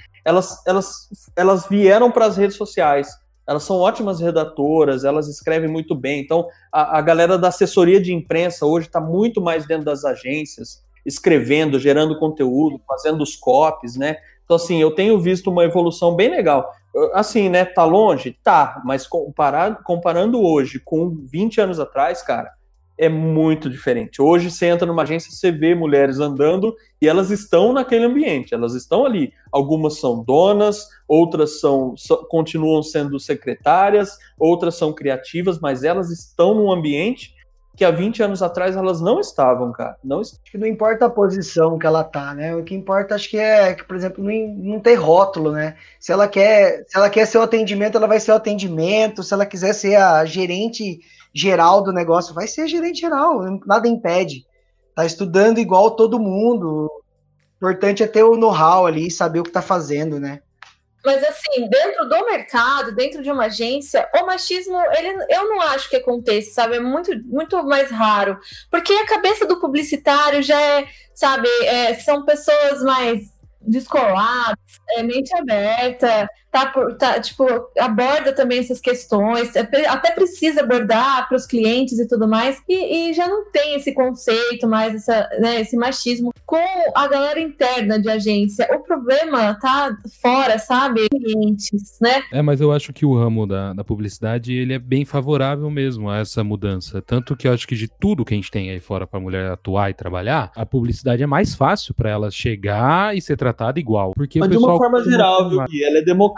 elas vieram para as redes sociais. Elas são ótimas redatoras, elas escrevem muito bem. Então, a galera da assessoria de imprensa hoje está muito mais dentro das agências, escrevendo, gerando conteúdo, fazendo os copies, né? Então, assim, eu tenho visto uma evolução bem legal. Assim, né, tá longe? Tá, mas comparando hoje com 20 anos atrás, cara, é muito diferente. Hoje você entra numa agência, você vê mulheres andando e elas estão naquele ambiente, elas estão ali. Algumas são donas, outras continuam sendo secretárias, outras são criativas, mas elas estão num ambiente que há 20 anos atrás elas não estavam, cara. Acho que não importa a posição que ela tá, né? O que importa, acho que por exemplo, não ter rótulo, né? Se ela quer ser o atendimento, ela vai ser o atendimento. Se ela quiser ser a gerente geral do negócio, vai ser gerente geral, nada impede. Tá estudando igual todo mundo. O importante é ter o know-how ali, saber o que tá fazendo, né? Mas assim, dentro do mercado, dentro de uma agência, o machismo, eu não acho que aconteça, sabe? É muito, muito mais raro. Porque a cabeça do publicitário já sabe, são pessoas mais descoladas, mente aberta, tipo, aborda também essas questões, até precisa abordar para os clientes e tudo mais, e já não tem esse conceito mais, esse machismo com a galera interna de agência. O problema tá fora, sabe? Clientes, né? Mas eu acho que o ramo da publicidade, ele é bem favorável mesmo a essa mudança. Tanto que eu acho que de tudo que a gente tem aí fora pra mulher atuar e trabalhar, a publicidade é mais fácil pra ela chegar e ser tratada igual. Porque mas o pessoal, de uma forma geral, viu, Gui? Ela é democrática.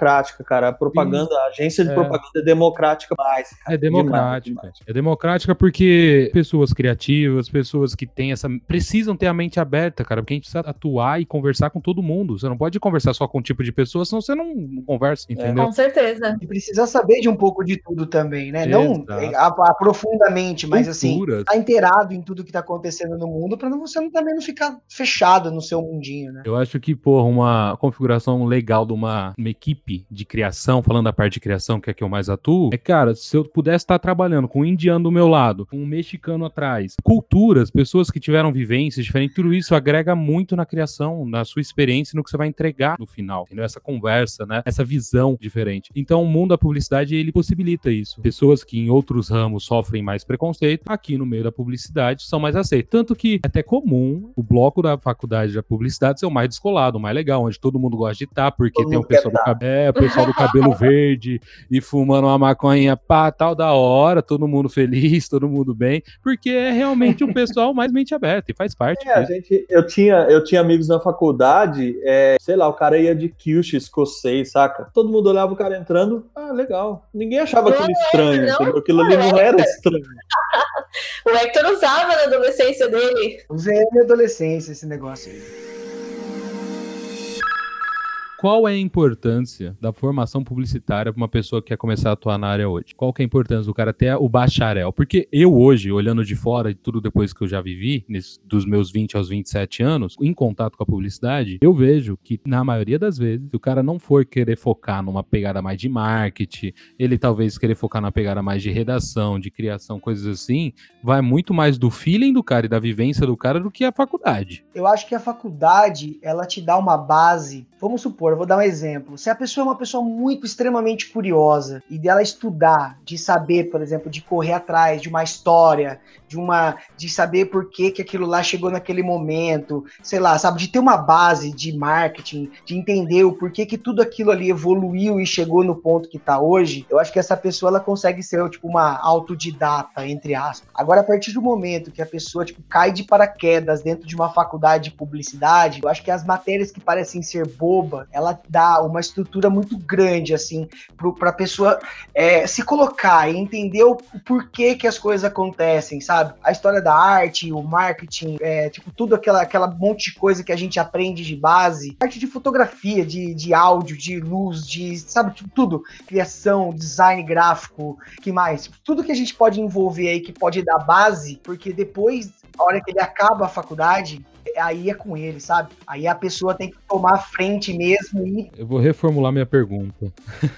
democrática, cara. A propaganda, a agência de propaganda é democrática mais. Cara. É democrática. Demais. É democrática porque pessoas criativas, pessoas que têm precisam ter a mente aberta, cara, porque a gente precisa atuar e conversar com todo mundo. Você não pode conversar só com um tipo de pessoa, senão você não conversa, entendeu? Com certeza. E precisa saber de um pouco de tudo também, né? Exato. Não profundamente, mas Cultura. assim, tá inteirado em tudo que tá acontecendo no mundo pra você também não ficar fechado no seu mundinho, né? Eu acho que, porra, uma configuração legal de uma equipe de criação, falando da parte de criação, que é que eu mais atuo, cara, se eu pudesse estar trabalhando com um indiano do meu lado, com um mexicano atrás, culturas, pessoas que tiveram vivências diferentes, tudo isso agrega muito na criação, na sua experiência e no que você vai entregar no final, entendeu? Essa conversa, né? Essa visão diferente. Então, o mundo da publicidade, ele possibilita isso. Pessoas que em outros ramos sofrem mais preconceito, aqui no meio da publicidade são mais aceitas. Tanto que é até comum o bloco da faculdade da publicidade ser o mais descolado, o mais legal, onde todo mundo gosta de estar, porque tem o pessoal o pessoal do cabelo verde e fumando uma maconha, pá, tal, da hora, todo mundo feliz, todo mundo bem, porque é realmente o pessoal mais mente aberta e faz parte. Eu tinha amigos na faculdade, sei lá, o cara ia de quiche escocês, saca? Todo mundo olhava o cara entrando, legal. Ninguém achava aquilo estranho, entendeu? Aquilo ali não era estranho. O Hector usava na adolescência dele. Usei na minha adolescência esse negócio aí. Qual é a importância da formação publicitária para uma pessoa que quer começar a atuar na área hoje? Qual que é a importância do cara ter o bacharel? Porque eu hoje, olhando de fora e tudo depois que eu já vivi, dos meus 20 aos 27 anos, em contato com a publicidade, eu vejo que, na maioria das vezes, se o cara não for querer focar numa pegada mais de marketing, ele talvez querer focar na pegada mais de redação, de criação, coisas assim, vai muito mais do feeling do cara e da vivência do cara do que a faculdade. Eu acho que a faculdade, ela te dá uma base. Vamos supor, eu vou dar um exemplo. Se a pessoa é uma pessoa muito extremamente curiosa e dela estudar, de saber, por exemplo, de correr atrás de uma história, de saber por que aquilo lá chegou naquele momento, sei lá, sabe, de ter uma base de marketing, de entender o porquê que tudo aquilo ali evoluiu e chegou no ponto que tá hoje, eu acho que essa pessoa ela consegue ser tipo uma autodidata, entre aspas. Agora, a partir do momento que a pessoa tipo cai de paraquedas dentro de uma faculdade de publicidade, eu acho que as matérias que parecem ser boba, ela dá uma estrutura muito grande, assim, pra pessoa se colocar e entender o porquê que as coisas acontecem, sabe? A história da arte, o marketing, tipo, tudo aquela monte de coisa que a gente aprende de base, parte de fotografia, de áudio, de luz, sabe, tudo, criação, design gráfico, que mais? Tudo que a gente pode envolver aí, que pode dar base, porque depois, a hora que ele acaba a faculdade, aí é com ele, sabe? Aí a pessoa tem que tomar a frente mesmo e... Eu vou reformular minha pergunta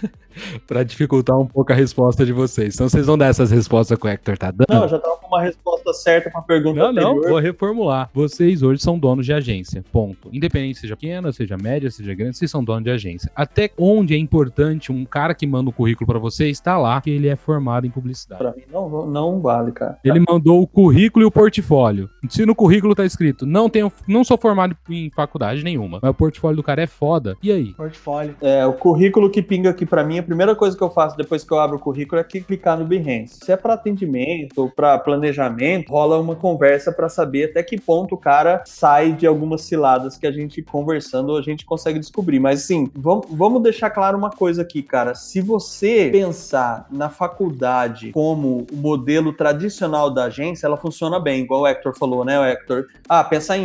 para dificultar um pouco a resposta de vocês. Então vocês vão dar essas respostas que o Hector tá dando? Não, eu já tava com uma resposta certa pra pergunta anterior. Não, vou reformular. Vocês hoje são donos de agência, ponto. Independente seja pequena, seja média, seja grande, vocês são donos de agência. Até onde é importante um cara que manda o currículo pra você estar lá, que ele é formado em publicidade? Pra mim não vale, cara. Ele mandou o currículo e o portfólio. Se no currículo tá escrito, não sou formado em faculdade nenhuma, mas o portfólio do cara é foda. E aí? Portfólio. O currículo que pinga aqui pra mim, a primeira coisa que eu faço depois que eu abro o currículo é clicar no Behance. Se é pra atendimento ou pra planejamento, rola uma conversa pra saber até que ponto o cara sai de algumas ciladas que a gente conversando a gente consegue descobrir. Mas assim, vamos deixar claro uma coisa aqui, cara. Se você pensar na faculdade como o modelo tradicional da agência, ela funciona bem, igual o Hector falou, né, o Hector? Pensar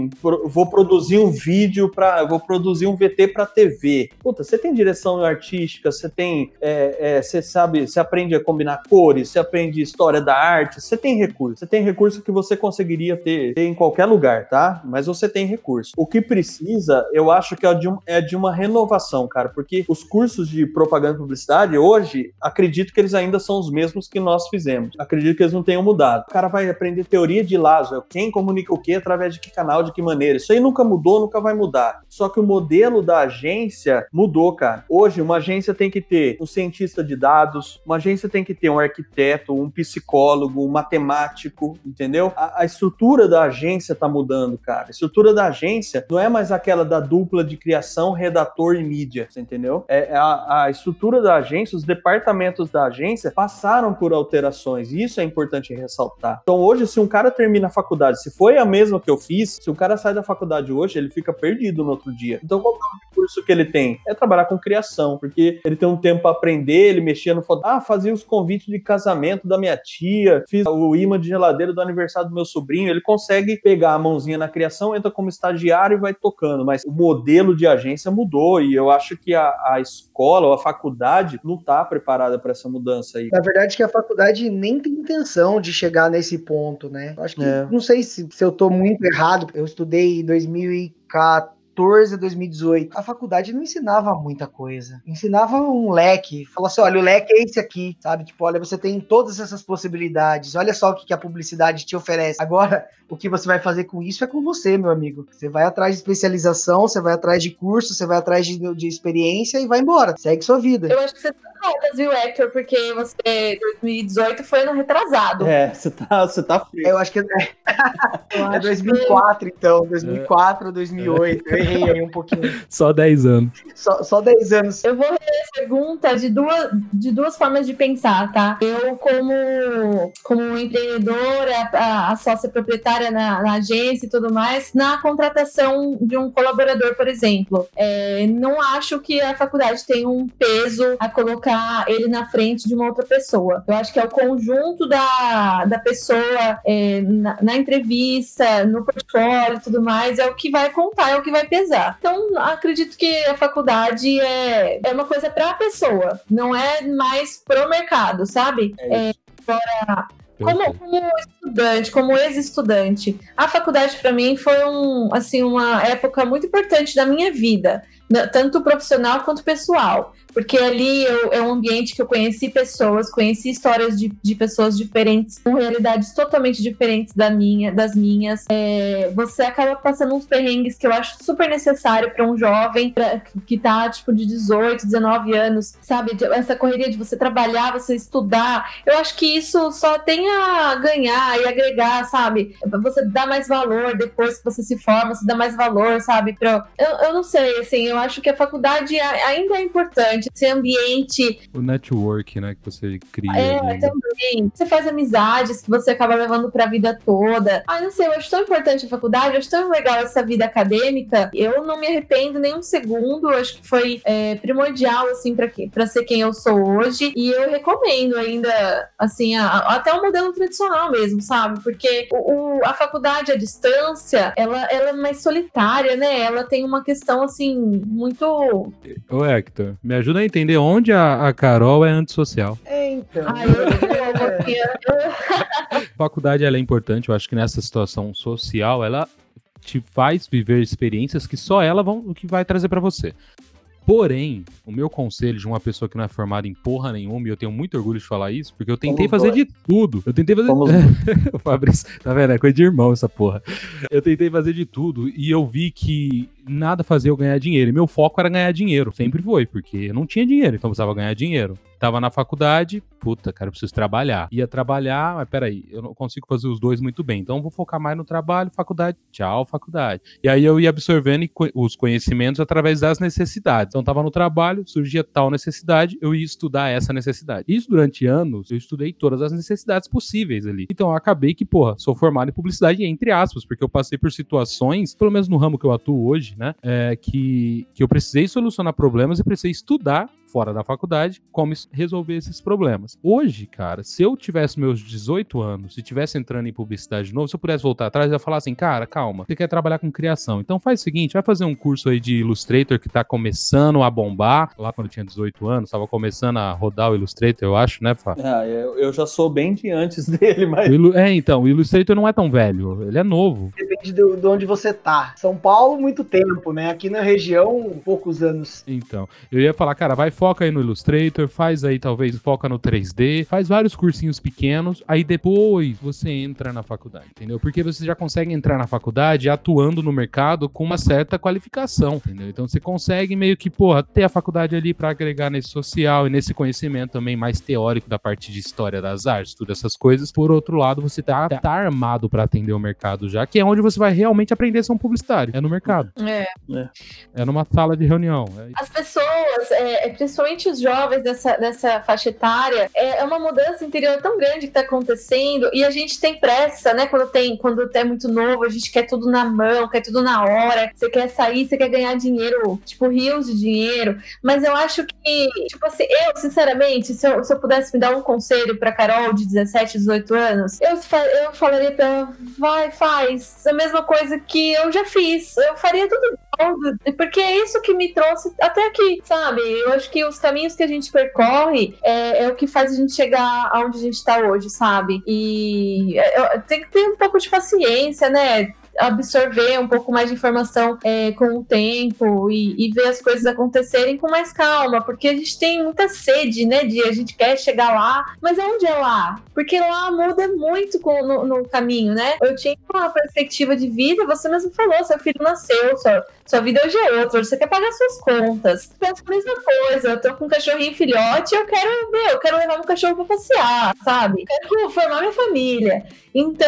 vou produzir um vídeo vou produzir um VT pra TV. Puta, você tem direção artística, você tem, você sabe, você aprende a combinar cores, você aprende história da arte, você tem recurso que você conseguiria ter em qualquer lugar, tá? Mas você tem recurso. O que precisa, eu acho que é de uma renovação, cara, porque os cursos de propaganda e publicidade, hoje, acredito que eles ainda são os mesmos que nós fizemos. Acredito que eles não tenham mudado. O cara vai aprender teoria de Laszlo, quem comunica o que, através de que canal, de que maneira. Isso aí nunca mudou, nunca vai mudar. Só que o modelo da agência mudou, cara. Hoje, uma agência tem que ter um cientista de dados, uma agência tem que ter um arquiteto, um psicólogo, um matemático, entendeu? A estrutura da agência tá mudando, cara. A estrutura da agência não é mais aquela da dupla de criação, redator e mídia, você entendeu? A estrutura da agência, os departamentos da agência passaram por alterações, e isso é importante ressaltar. Então hoje, se um cara termina a faculdade, se foi a mesma que eu fiz, se o cara sai da faculdade hoje, ele fica perdido no outro dia. Então, qual é o recurso que ele tem? É trabalhar com criação, porque ele tem um tempo para aprender, ele mexia no foto. Fazia os convites de casamento da minha tia, fiz o imã de geladeira do aniversário do meu sobrinho. Ele consegue pegar a mãozinha na criação, entra como estagiário e vai tocando, mas o modelo de agência mudou e eu acho que a escola ou a faculdade não está preparada para essa mudança aí. Na verdade, que a faculdade nem tem intenção de chegar nesse ponto, né? Eu acho que, não sei se eu tô muito errado, eu estudei em 2014 a 2018. A faculdade não ensinava muita coisa. Ensinava um leque. Falava assim, olha, o leque é esse aqui, sabe? Tipo, olha, você tem todas essas possibilidades. Olha só o que a publicidade te oferece. Agora, o que você vai fazer com isso é com você, meu amigo. Você vai atrás de especialização, você vai atrás de curso, você vai atrás de experiência e vai embora. Segue sua vida. Eu acho que você tá errado, viu, Hector? Porque você, 2018, foi no retrasado. Você tá frio. Eu acho que é 2004, então. 2004, 2008. Eu errei aí um pouquinho. Só 10 anos. Só 10 anos. Eu vou reler a pergunta de duas formas de pensar, tá? Eu, como empreendedora, a sócia proprietária na agência e tudo mais, na contratação de um colaborador, por exemplo, não acho que a faculdade tem um peso a colocar ele na frente de uma outra pessoa. Eu acho que é o conjunto da pessoa na entrevista, no portfólio e tudo mais, é o que vai contar, é o que vai pesar. Então, acredito que a faculdade é uma coisa para a pessoa, não é mais pro mercado, sabe? Agora, como estudante, como ex-estudante, a faculdade para mim foi uma época muito importante da minha vida, tanto profissional quanto pessoal. Porque ali é um ambiente que eu conheci pessoas, conheci histórias de pessoas diferentes, com realidades totalmente diferentes das minhas. Você acaba passando uns perrengues que eu acho super necessário para um jovem que tá, tipo, de 18, 19 anos, sabe? Essa correria de você trabalhar, você estudar. Eu acho que isso só tem a ganhar e agregar, sabe? Você dá mais valor depois que você se forma, você dá mais valor, sabe? Eu não sei, assim, eu acho que a faculdade ainda é importante. Esse ambiente... O network, né, que você cria. Também. Você faz amizades que você acaba levando pra vida toda. Não sei, eu acho tão importante a faculdade, eu acho tão legal essa vida acadêmica. Eu não me arrependo nem um segundo, eu acho que foi primordial, assim, pra ser quem eu sou hoje. E eu recomendo ainda, assim, até o modelo tradicional mesmo, sabe? Porque a faculdade à distância, ela é mais solitária, né? Ela tem uma questão, assim, muito... Ô, Hector, me ajuda a entender onde a Carol é antissocial. Então. A faculdade, ela é importante, eu acho que nessa situação social, ela te faz viver experiências que só ela que vai trazer pra você. Porém, o meu conselho de uma pessoa que não é formada em porra nenhuma, e eu tenho muito orgulho de falar isso, porque eu tentei fazer de tudo. Eu tentei fazer... O Fabrício, tá vendo? É coisa de irmão essa porra. Eu tentei fazer de tudo e eu vi que nada fazia eu ganhar dinheiro. E meu foco era ganhar dinheiro. Sempre foi, porque eu não tinha dinheiro, então eu precisava ganhar dinheiro. Tava na faculdade, puta, cara, eu preciso trabalhar. Ia trabalhar, mas peraí, eu não consigo fazer os dois muito bem. Então eu vou focar mais no trabalho, faculdade, tchau, faculdade. E aí eu ia absorvendo os conhecimentos através das necessidades. Então tava no trabalho, surgia tal necessidade, eu ia estudar essa necessidade. Isso durante anos, eu estudei todas as necessidades possíveis ali. Então eu acabei que, porra, sou formado em publicidade, entre aspas, porque eu passei por situações, pelo menos no ramo que eu atuo hoje, né, que eu precisei solucionar problemas e precisei estudar fora da faculdade, como resolver esses problemas. Hoje, cara, se eu tivesse meus 18 anos e tivesse entrando em publicidade de novo, se eu pudesse voltar atrás, eu ia falar assim, cara, calma, você quer trabalhar com criação, então faz o seguinte, vai fazer um curso aí de Illustrator que tá começando a bombar, lá quando eu tinha 18 anos, tava começando a rodar o Illustrator, eu acho, né, Fá? Eu já sou bem de antes dele, mas... Então, o Illustrator não é tão velho, ele é novo. Depende de onde você tá. São Paulo, muito tempo, né? Aqui na região, poucos anos. Então, eu ia falar, cara, foca aí no Illustrator, faz aí, talvez, foca no 3D, faz vários cursinhos pequenos, aí depois você entra na faculdade, entendeu? Porque você já consegue entrar na faculdade atuando no mercado com uma certa qualificação, entendeu? Então você consegue meio que, porra, ter a faculdade ali pra agregar nesse social e nesse conhecimento também mais teórico da parte de história das artes, tudo essas coisas. Por outro lado, você tá armado pra atender o mercado já, que é onde você vai realmente aprender a ser um publicitário, é no mercado. É numa sala de reunião. As pessoas principalmente os jovens dessa faixa etária, é uma mudança interior tão grande que está acontecendo, e a gente tem pressa, né? Quando é muito novo, a gente quer tudo na mão, quer tudo na hora, você quer sair, você quer ganhar dinheiro, tipo, rios de dinheiro, mas eu acho que, tipo assim, eu, sinceramente, se eu pudesse me dar um conselho pra Carol de 17, 18 anos, eu falaria pra ela, vai, faz a mesma coisa que eu já fiz, eu faria tudo igual, porque é isso que me trouxe até aqui, sabe? Eu acho que os caminhos que a gente percorre é o que faz a gente chegar aonde a gente tá hoje, sabe? E tem que ter um pouco de paciência, né? Absorver um pouco mais de informação com o tempo e ver as coisas acontecerem com mais calma, porque a gente tem muita sede, né, a gente quer chegar lá, mas aonde é lá? Porque lá muda muito no caminho, né? Eu tinha uma perspectiva de vida, você mesmo falou, seu filho nasceu, sua vida hoje é outra, você quer pagar suas contas. Penso a mesma coisa, eu tô com um cachorrinho filhote, eu quero levar meu cachorro pra passear, sabe? Eu quero formar minha família. Então,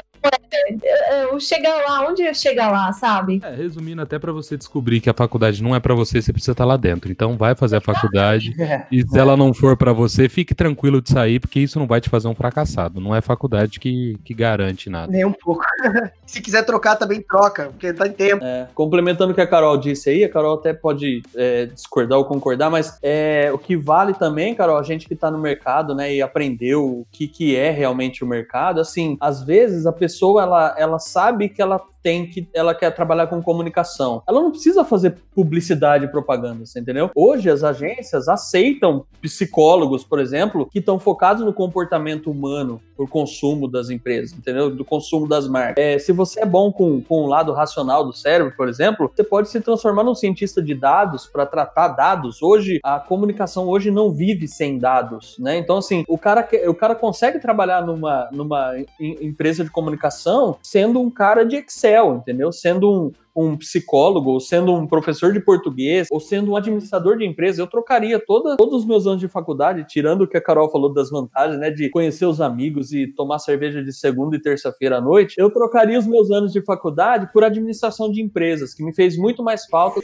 chegar lá, onde eu chegar lá, sabe? Resumindo, até pra você descobrir que a faculdade não é pra você precisa estar lá dentro. Então vai fazer a faculdade e se ela não for pra você, fique tranquilo de sair, porque isso não vai te fazer um fracassado. Não é faculdade que garante nada. Nem um pouco. Se quiser trocar, também troca, porque tá em tempo. Complementando o que a Carol disse aí, a Carol até pode discordar ou concordar, mas o que vale também, Carol, a gente que tá no mercado, né, e aprendeu o que é realmente o mercado, assim, às vezes a pessoa, ela sabe que ela quer trabalhar com comunicação. Ela não precisa fazer publicidade e propaganda, você entendeu? Hoje as agências aceitam psicólogos, por exemplo, que estão focados no comportamento humano, por consumo das empresas, entendeu? Do consumo das marcas. Se você é bom com o lado racional do cérebro, por exemplo, você pode se transformar num cientista de dados para tratar dados. Hoje, a comunicação hoje não vive sem dados, né? Então, assim, o cara consegue trabalhar numa empresa de comunicação sendo um cara de Excel, entendeu? Sendo um psicólogo, ou sendo um professor de português, ou sendo um administrador de empresa. Eu trocaria todos os meus anos de faculdade, tirando o que a Carol falou das vantagens, né, de conhecer os amigos e tomar cerveja de segunda e terça-feira à noite, eu trocaria os meus anos de faculdade por administração de empresas, que me fez muito mais falta.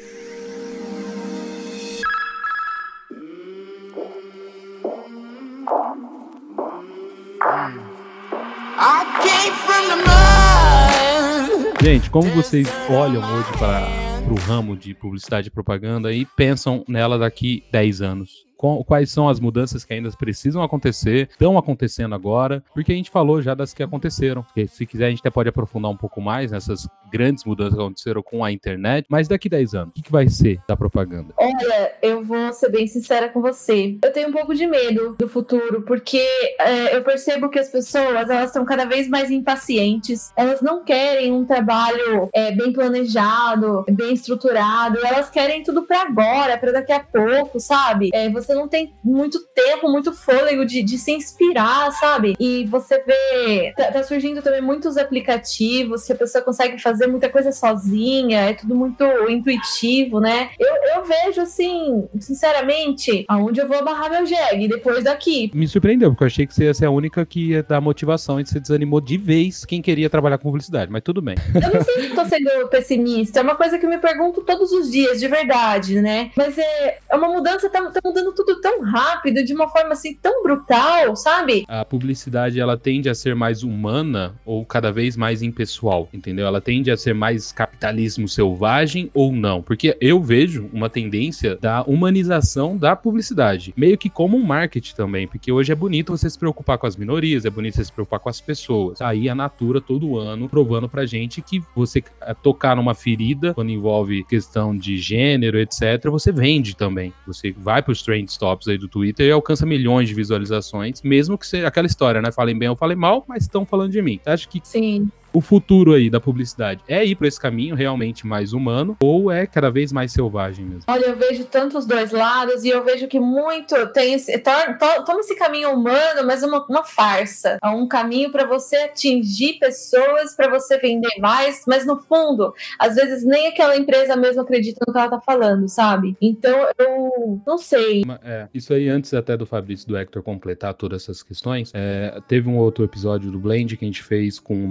Gente, como vocês olham hoje para o ramo de publicidade e propaganda e pensam nela daqui 10 anos? Quais são as mudanças que ainda precisam acontecer, estão acontecendo agora, porque a gente falou já das que aconteceram. Porque, se quiser, a gente até pode aprofundar um pouco mais nessas grandes mudanças que aconteceram com a internet, mas daqui 10 anos, o que vai ser da propaganda? Olha, eu vou ser bem sincera com você. Eu tenho um pouco de medo do futuro, porque eu percebo que as pessoas, elas estão cada vez mais impacientes, elas não querem um trabalho bem planejado, bem estruturado, elas querem tudo pra agora, pra daqui a pouco, sabe? Você não tem muito tempo, muito fôlego de se inspirar, sabe? E você vê, tá surgindo também muitos aplicativos que a pessoa consegue fazer muita coisa sozinha, é tudo muito intuitivo, né? Eu vejo, assim, sinceramente, aonde eu vou amarrar meu jegue depois daqui. Me surpreendeu, porque eu achei que você ia ser a única que ia dar motivação e você desanimou de vez quem queria trabalhar com publicidade, mas tudo bem. Eu não sei se tô sendo pessimista, é uma coisa que eu me pergunto todos os dias, de verdade, né? Mas é uma mudança, tá mudando tudo tão rápido, de uma forma assim tão brutal, sabe? A publicidade, ela tende a ser mais humana ou cada vez mais impessoal, entendeu? Ela tende a ser mais capitalismo selvagem ou não? Porque eu vejo uma tendência da humanização da publicidade, meio que como um marketing também, porque hoje é bonito você se preocupar com as minorias, é bonito você se preocupar com as pessoas. Aí a Natura todo ano provando pra gente que você tocar numa ferida, quando envolve questão de gênero, etc., você vende também. Você vai pros trend tops aí do Twitter e alcança milhões de visualizações, mesmo que seja aquela história, né? Falem bem ou falem mal, mas estão falando de mim. Você acha que Sim. o futuro aí da publicidade é ir por esse caminho realmente mais humano ou é cada vez mais selvagem mesmo? Olha, eu vejo tanto os dois lados e eu vejo que muito tem toma esse caminho humano, mas uma farsa. É um caminho para você atingir pessoas, para você vender mais, mas no fundo, às vezes nem aquela empresa mesmo acredita no que ela tá falando, sabe? Então, eu não sei. Isso aí, antes até do Fabrício e do Hector completar todas essas questões, teve um outro episódio do Blend que a gente fez com o Matheus,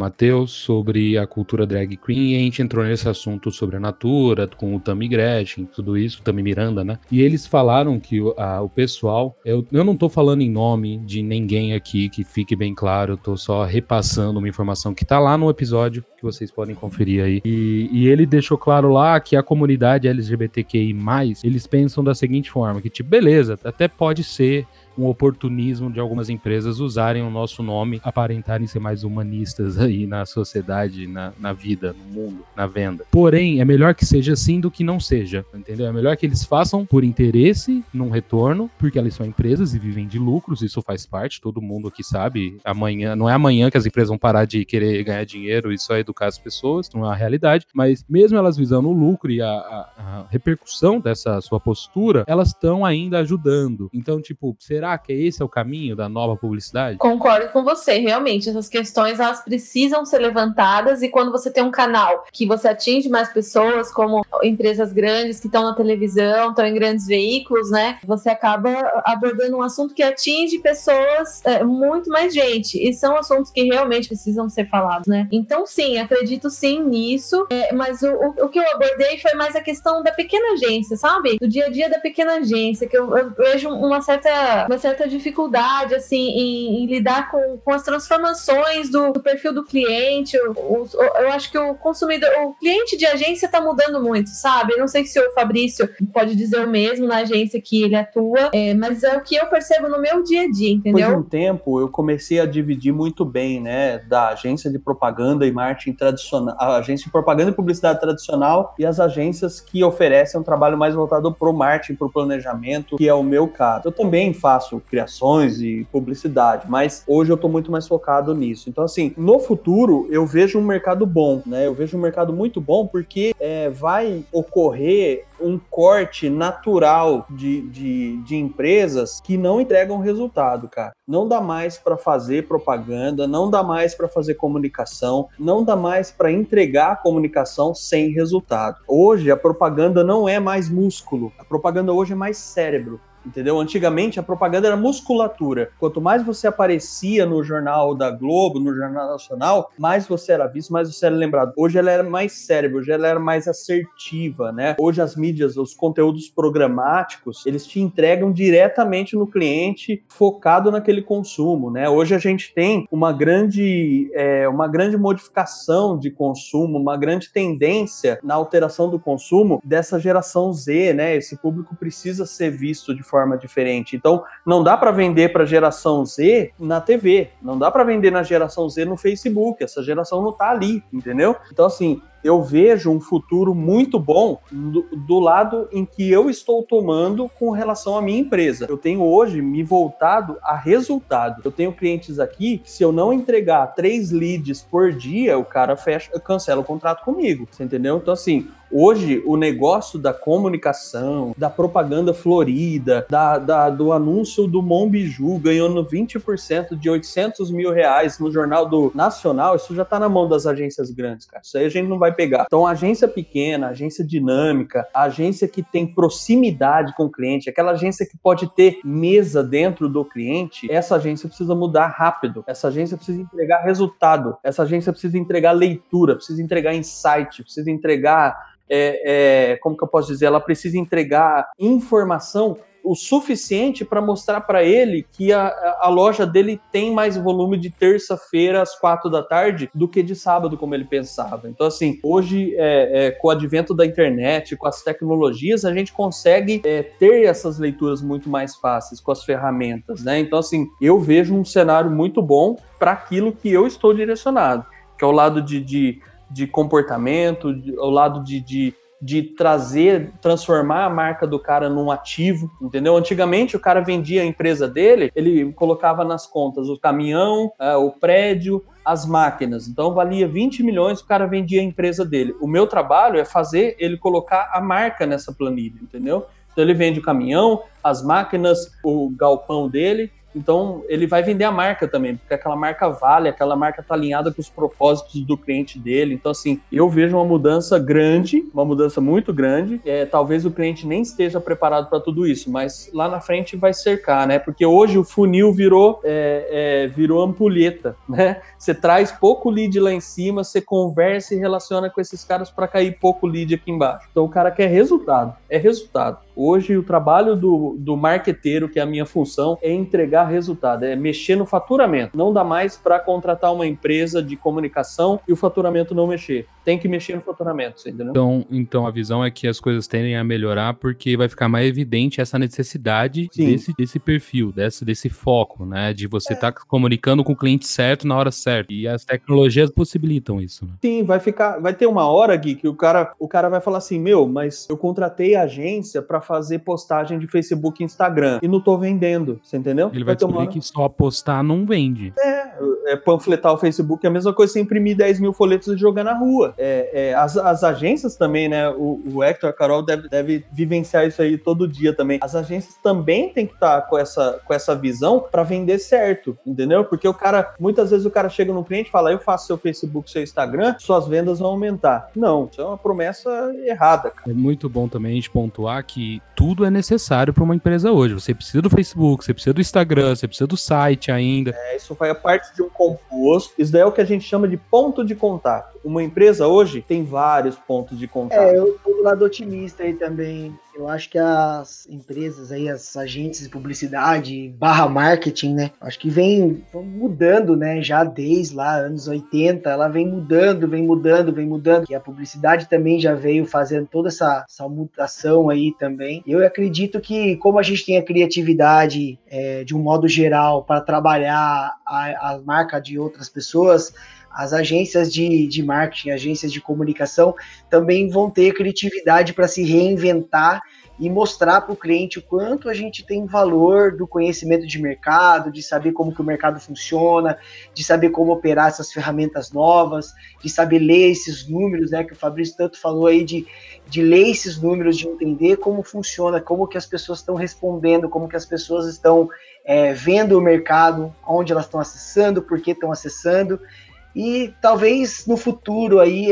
sobre a cultura drag queen e a gente entrou nesse assunto sobre a Natura, com o Tami Gretchen, tudo isso, Tami Miranda, né? E eles falaram que o pessoal, eu não tô falando em nome de ninguém aqui, que fique bem claro, eu tô só repassando uma informação que tá lá no episódio, que vocês podem conferir aí. E ele deixou claro lá que a comunidade LGBTQI+, eles pensam da seguinte forma, que tipo, beleza, até pode ser um oportunismo de algumas empresas usarem o nosso nome, aparentarem ser mais humanistas aí na sociedade, na vida, no mundo, na venda. Porém, é melhor que seja assim do que não seja, entendeu? É melhor que eles façam por interesse, num retorno, porque elas são empresas e vivem de lucros, isso faz parte, todo mundo aqui sabe, amanhã, não é amanhã que as empresas vão parar de querer ganhar dinheiro e só educar as pessoas, não é a realidade, mas mesmo elas visando o lucro e a repercussão dessa sua postura, elas estão ainda ajudando. Então, tipo, será que esse é o caminho da nova publicidade? Concordo com você, realmente, essas questões elas precisam ser levantadas e quando você tem um canal que você atinge mais pessoas, como empresas grandes que estão na televisão, estão em grandes veículos, né, você acaba abordando um assunto que atinge pessoas, muito mais gente, e são assuntos que realmente precisam ser falados, né, então sim, acredito sim nisso, mas o que eu abordei foi mais a questão da pequena agência, sabe, do dia a dia da pequena agência, que eu vejo uma certa dificuldade, assim, em lidar com as transformações do perfil do cliente. Eu acho que o consumidor, o cliente de agência está mudando muito, sabe? Eu não sei se o Fabrício pode dizer o mesmo na agência que ele atua, mas é o que eu percebo no meu dia a dia, entendeu? Depois de um tempo, eu comecei a dividir muito bem, né, da agência de propaganda e marketing tradicional, a agência de propaganda e publicidade tradicional e as agências que oferecem um trabalho mais voltado para o marketing, para o planejamento, que é o meu caso. Eu também faço criações e publicidade, mas hoje eu tô muito mais focado nisso. Então, assim, no futuro eu vejo um mercado bom, né? Eu vejo um mercado muito bom porque vai ocorrer um corte natural de empresas que não entregam resultado, cara. Não dá mais para fazer propaganda, não dá mais para fazer comunicação, não dá mais para entregar a comunicação sem resultado. Hoje a propaganda não é mais músculo, a propaganda hoje é mais cérebro. Entendeu? Antigamente a propaganda era musculatura. Quanto mais você aparecia no jornal da Globo, no Jornal Nacional, mais você era visto, mais você era lembrado. Hoje ela era mais cérebro, hoje ela era mais assertiva, né? Hoje as mídias, os conteúdos programáticos, eles te entregam diretamente no cliente, focado naquele consumo, né? Hoje a gente tem uma grande modificação de consumo, uma grande tendência na alteração do consumo dessa geração Z, né? Esse público precisa ser visto de forma diferente. Então, não dá para vender para a geração Z na TV, não dá para vender na geração Z no Facebook, essa geração não tá ali, entendeu? Então, assim, eu vejo um futuro muito bom do lado em que eu estou tomando com relação à minha empresa. Eu tenho hoje me voltado a resultado. Eu tenho clientes aqui que se eu não entregar 3 leads por dia, o cara cancela o contrato comigo, você entendeu? Então, assim, hoje o negócio da comunicação, da propaganda florida, do anúncio do Monbiju ganhando 20% de R$800 mil no Jornal do Nacional, isso já tá na mão das agências grandes, cara. Isso aí a gente não vai pegar. Então, a agência pequena, a agência dinâmica, a agência que tem proximidade com o cliente, aquela agência que pode ter mesa dentro do cliente, essa agência precisa mudar rápido. Essa agência precisa entregar resultado. Essa agência precisa entregar leitura, precisa entregar insight, precisa entregar como que eu posso dizer? Ela precisa entregar informação o suficiente para mostrar para ele que a loja dele tem mais volume de terça-feira às 4 da tarde do que de sábado, como ele pensava. Então, assim, hoje, com o advento da internet, com as tecnologias, a gente consegue ter essas leituras muito mais fáceis com as ferramentas, né? Então, assim, eu vejo um cenário muito bom para aquilo que eu estou direcionado, que é o lado de comportamento, o lado de transformar a marca do cara num ativo, entendeu? Antigamente o cara vendia a empresa dele, ele colocava nas contas o caminhão, o prédio, as máquinas, então valia 20 milhões, o cara vendia a empresa dele. O meu trabalho é fazer ele colocar a marca nessa planilha, entendeu? Então ele vende o caminhão, as máquinas, o galpão dele, Então, ele vai vender a marca também, porque aquela marca vale, aquela marca tá alinhada com os propósitos do cliente dele. Então, assim, eu vejo uma mudança grande, uma mudança muito grande. Talvez o cliente nem esteja preparado para tudo isso, mas lá na frente vai cercar, né? Porque hoje o funil virou ampulheta, né? Você traz pouco lead lá em cima, você conversa e relaciona com esses caras para cair pouco lead aqui embaixo. Então, o cara quer resultado, é resultado. Hoje, o trabalho do marqueteiro, que é a minha função, é entregar resultado, é mexer no faturamento. Não dá mais para contratar uma empresa de comunicação e o faturamento não mexer. Tem que mexer no faturamento, você entendeu? Então a visão é que as coisas tendem a melhorar porque vai ficar mais evidente essa necessidade desse perfil, desse foco, né? De você estar comunicando com o cliente certo na hora certa. E as tecnologias possibilitam isso, né? Sim, vai ter uma hora, Gui, que o cara vai falar assim, mas eu contratei a agência para fazer postagem de Facebook e Instagram e não tô vendendo, você entendeu? Ele vai descobrir que só postar não vende. Panfletar o Facebook é a mesma coisa que você imprimir 10 mil folhetos e jogar na rua. As agências também, né? O Hector, a Carol deve vivenciar isso aí todo dia também. As agências também tem que estar com essa visão para vender certo, entendeu? Porque muitas vezes o cara chega no cliente e fala, eu faço seu Facebook, seu Instagram, suas vendas vão aumentar. Não, isso é uma promessa errada, cara. É muito bom também a gente pontuar que tudo é necessário para uma empresa hoje. Você precisa do Facebook, você precisa do Instagram, você precisa do site ainda. Isso faz parte de um composto. Isso daí é o que a gente chama de ponto de contato. Uma empresa hoje tem vários pontos de contato. Eu tô do lado otimista aí também. Eu acho que as empresas aí, as agências de publicidade /marketing, né? Acho que vem mudando, né? Já desde lá, anos 80, ela vem mudando. E a publicidade também já veio fazendo toda essa mutação aí também. Eu acredito que, como a gente tem a criatividade de um modo geral para trabalhar a marca de outras pessoas, as agências de marketing, agências de comunicação também vão ter criatividade para se reinventar e mostrar para o cliente o quanto a gente tem valor do conhecimento de mercado, de saber como que o mercado funciona, de saber como operar essas ferramentas novas, de saber ler esses números, né, que o Fabrício tanto falou aí, de ler esses números, de entender como funciona, como que as pessoas estão respondendo, como que as pessoas estão vendo o mercado, onde elas estão acessando, por que estão acessando. E talvez no futuro aí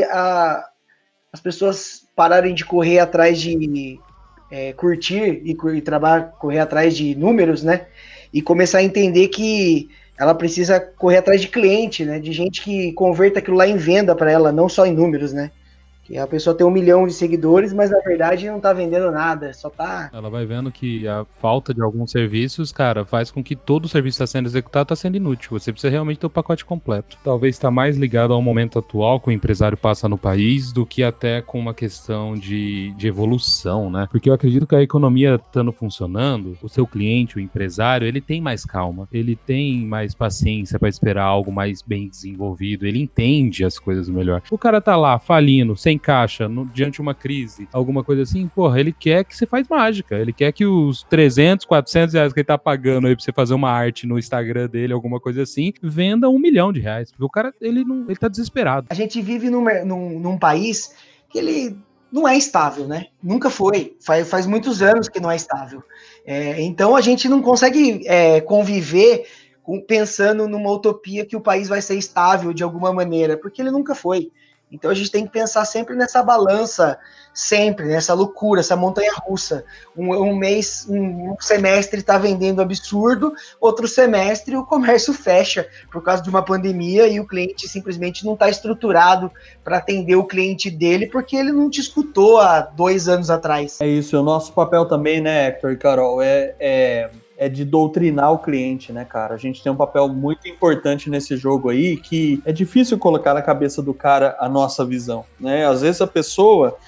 as pessoas pararem de correr atrás de curtir e correr atrás de números, né? E começar a entender que ela precisa correr atrás de cliente, né? De gente que converta aquilo lá em venda para ela, não só em números, né? Que a pessoa tem 1 milhão de seguidores, mas na verdade não tá vendendo nada, só tá... Ela vai vendo que a falta de alguns serviços, cara, faz com que todo o serviço que está sendo executado está sendo inútil. Você precisa realmente ter o pacote completo. Talvez está mais ligado ao momento atual que o empresário passa no país do que até com uma questão de evolução, né? Porque eu acredito que a economia estando funcionando, o seu cliente, o empresário, ele tem mais calma, ele tem mais paciência para esperar algo mais bem desenvolvido, ele entende as coisas melhor. O cara tá lá falindo, sem caixa, diante de uma crise, alguma coisa assim, porra, ele quer que você faz mágica, ele quer que os 300, 400 reais que ele tá pagando aí pra você fazer uma arte no Instagram dele, alguma coisa assim, venda R$1 milhão, porque o cara, ele tá desesperado. A gente vive num país que ele não é estável, né? Nunca foi, faz muitos anos que não é estável. Então a gente não consegue conviver pensando numa utopia que o país vai ser estável de alguma maneira, porque ele nunca foi. Então a gente tem que pensar sempre nessa balança, sempre, nessa loucura, essa montanha-russa. Um semestre está vendendo absurdo, outro semestre o comércio fecha por causa de uma pandemia e o cliente simplesmente não está estruturado para atender o cliente dele porque ele não te escutou há 2 anos atrás. É isso, o nosso papel também, né, Hector e Carol, é de doutrinar o cliente, né, cara? A gente tem um papel muito importante nesse jogo aí, que é difícil colocar na cabeça do cara a nossa visão, né? Às vezes a pessoa,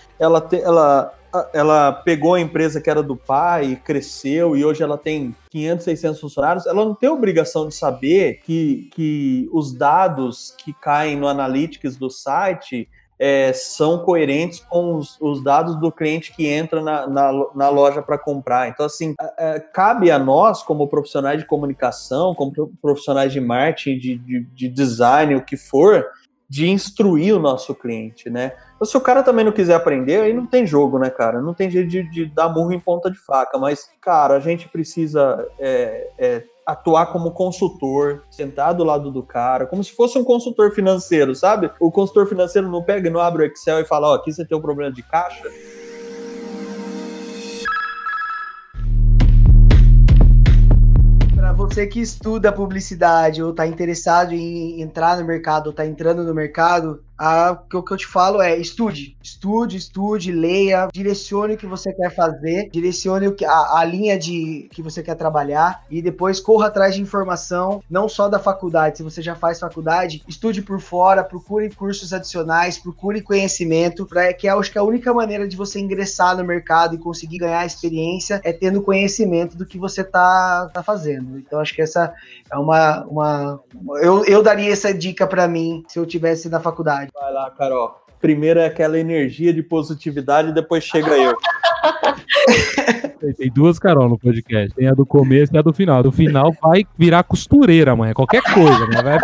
ela pegou a empresa que era do pai, cresceu e hoje ela tem 500, 600 funcionários, ela não tem obrigação de saber que os dados que caem no Analytics do site são coerentes com os dados do cliente que entra na loja para comprar. Então, assim, cabe a nós, como profissionais de comunicação, como profissionais de marketing, de design, o que for, de instruir o nosso cliente, né? Então, se o cara também não quiser aprender, aí não tem jogo, né, cara? Não tem jeito de dar murro em ponta de faca, mas, cara, a gente precisa atuar como consultor, sentar do lado do cara, como se fosse um consultor financeiro, sabe? O consultor financeiro não pega e não abre o Excel e fala, ó, aqui você tem um problema de caixa. Para você que estuda publicidade ou está interessado em entrar no mercado ou está entrando no mercado, o que eu te falo é estude, leia, direcione o que você quer fazer, direcione a linha que você quer trabalhar e depois corra atrás de informação, não só da faculdade. Se você já faz faculdade, estude por fora, procure cursos adicionais, procure conhecimento, que acho que a única maneira de você ingressar no mercado e conseguir ganhar experiência é tendo conhecimento do que você tá fazendo. Então acho que essa é eu daria essa dica para mim se eu tivesse na faculdade. Vai lá, Carol. Primeiro é aquela energia de positividade, depois chega eu. Tem duas Carol no podcast. Tem a do começo e a do final. Do final vai virar costureira, mãe. Qualquer coisa, né? Vai...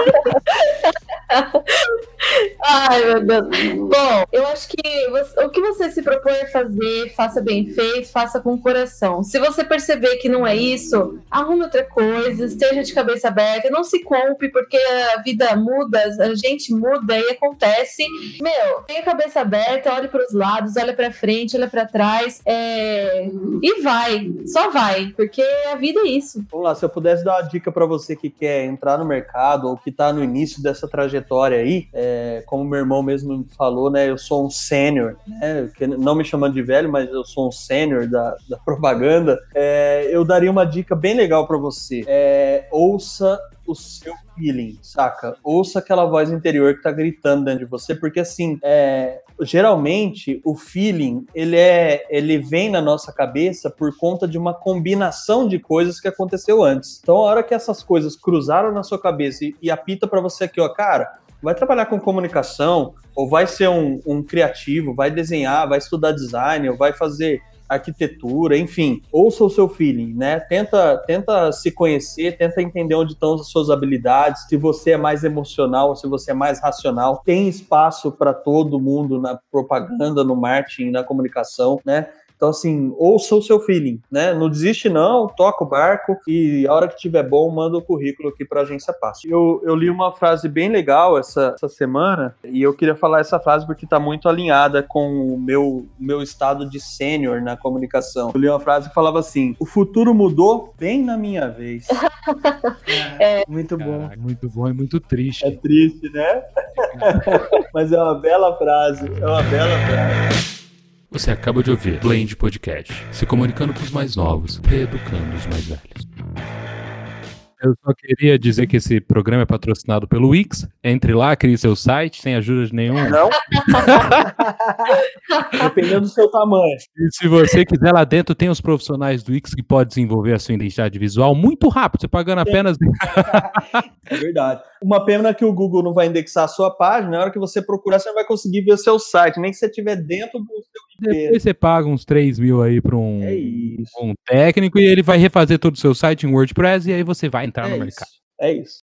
Ai, meu Deus. Bom, eu acho que o que você se propõe a fazer, faça bem feito, faça com o coração. Se você perceber que não é isso, arrume outra coisa, esteja de cabeça aberta, não se culpe, porque a vida muda, a gente muda e acontece. Tenha a cabeça aberta, olhe para os lados, olha para frente, olha para trás, e vai, só vai, porque a vida é isso. Vamos lá, se eu pudesse dar uma dica para você que quer entrar no mercado ou que está no início dessa trajetória aí, como meu irmão mesmo me falou, né, eu sou um sênior, né, não me chamando de velho, mas eu sou um sênior da propaganda, eu daria uma dica bem legal para você, ouça o seu feeling, saca? Ouça aquela voz interior que tá gritando dentro de você, porque assim, geralmente o feeling, ele vem na nossa cabeça por conta de uma combinação de coisas que aconteceu antes. Então a hora que essas coisas cruzaram na sua cabeça e apita pra você aqui, ó, cara, vai trabalhar com comunicação, ou vai ser um criativo, vai desenhar, vai estudar design, ou vai fazer arquitetura, enfim, ouça o seu feeling, né? Tenta se conhecer, tenta entender onde estão as suas habilidades, se você é mais emocional ou se você é mais racional. Tem espaço para todo mundo na propaganda, no marketing, na comunicação, né? Então, assim, ouça o seu feeling, né? Não desiste não, toca o barco e a hora que tiver bom, manda o currículo aqui para a Agência Passo. Eu li uma frase bem legal essa semana e eu queria falar essa frase porque está muito alinhada com o meu estado de sênior na comunicação. Eu li uma frase que falava assim, o futuro mudou bem na minha vez. Muito bom. Caraca, muito bom e muito triste. É triste, né? Mas é uma bela frase, Você acaba de ouvir Blend Podcast, se comunicando com os mais novos, reeducando os mais velhos. Eu só queria dizer que esse programa é patrocinado pelo Wix. Entre lá, crie seu site, sem ajuda de nenhum. Não? Dependendo do seu tamanho. E se você quiser, lá dentro tem os profissionais do Wix que podem desenvolver a sua identidade visual muito rápido, você pagando apenas... É verdade. Uma pena que o Google não vai indexar a sua página, na hora que você procurar, você não vai conseguir ver o seu site, nem que você estiver dentro do seu IP. Depois você paga uns 3 mil aí para um técnico e ele vai refazer todo o seu site em WordPress e aí você vai entrar no mercado. É isso.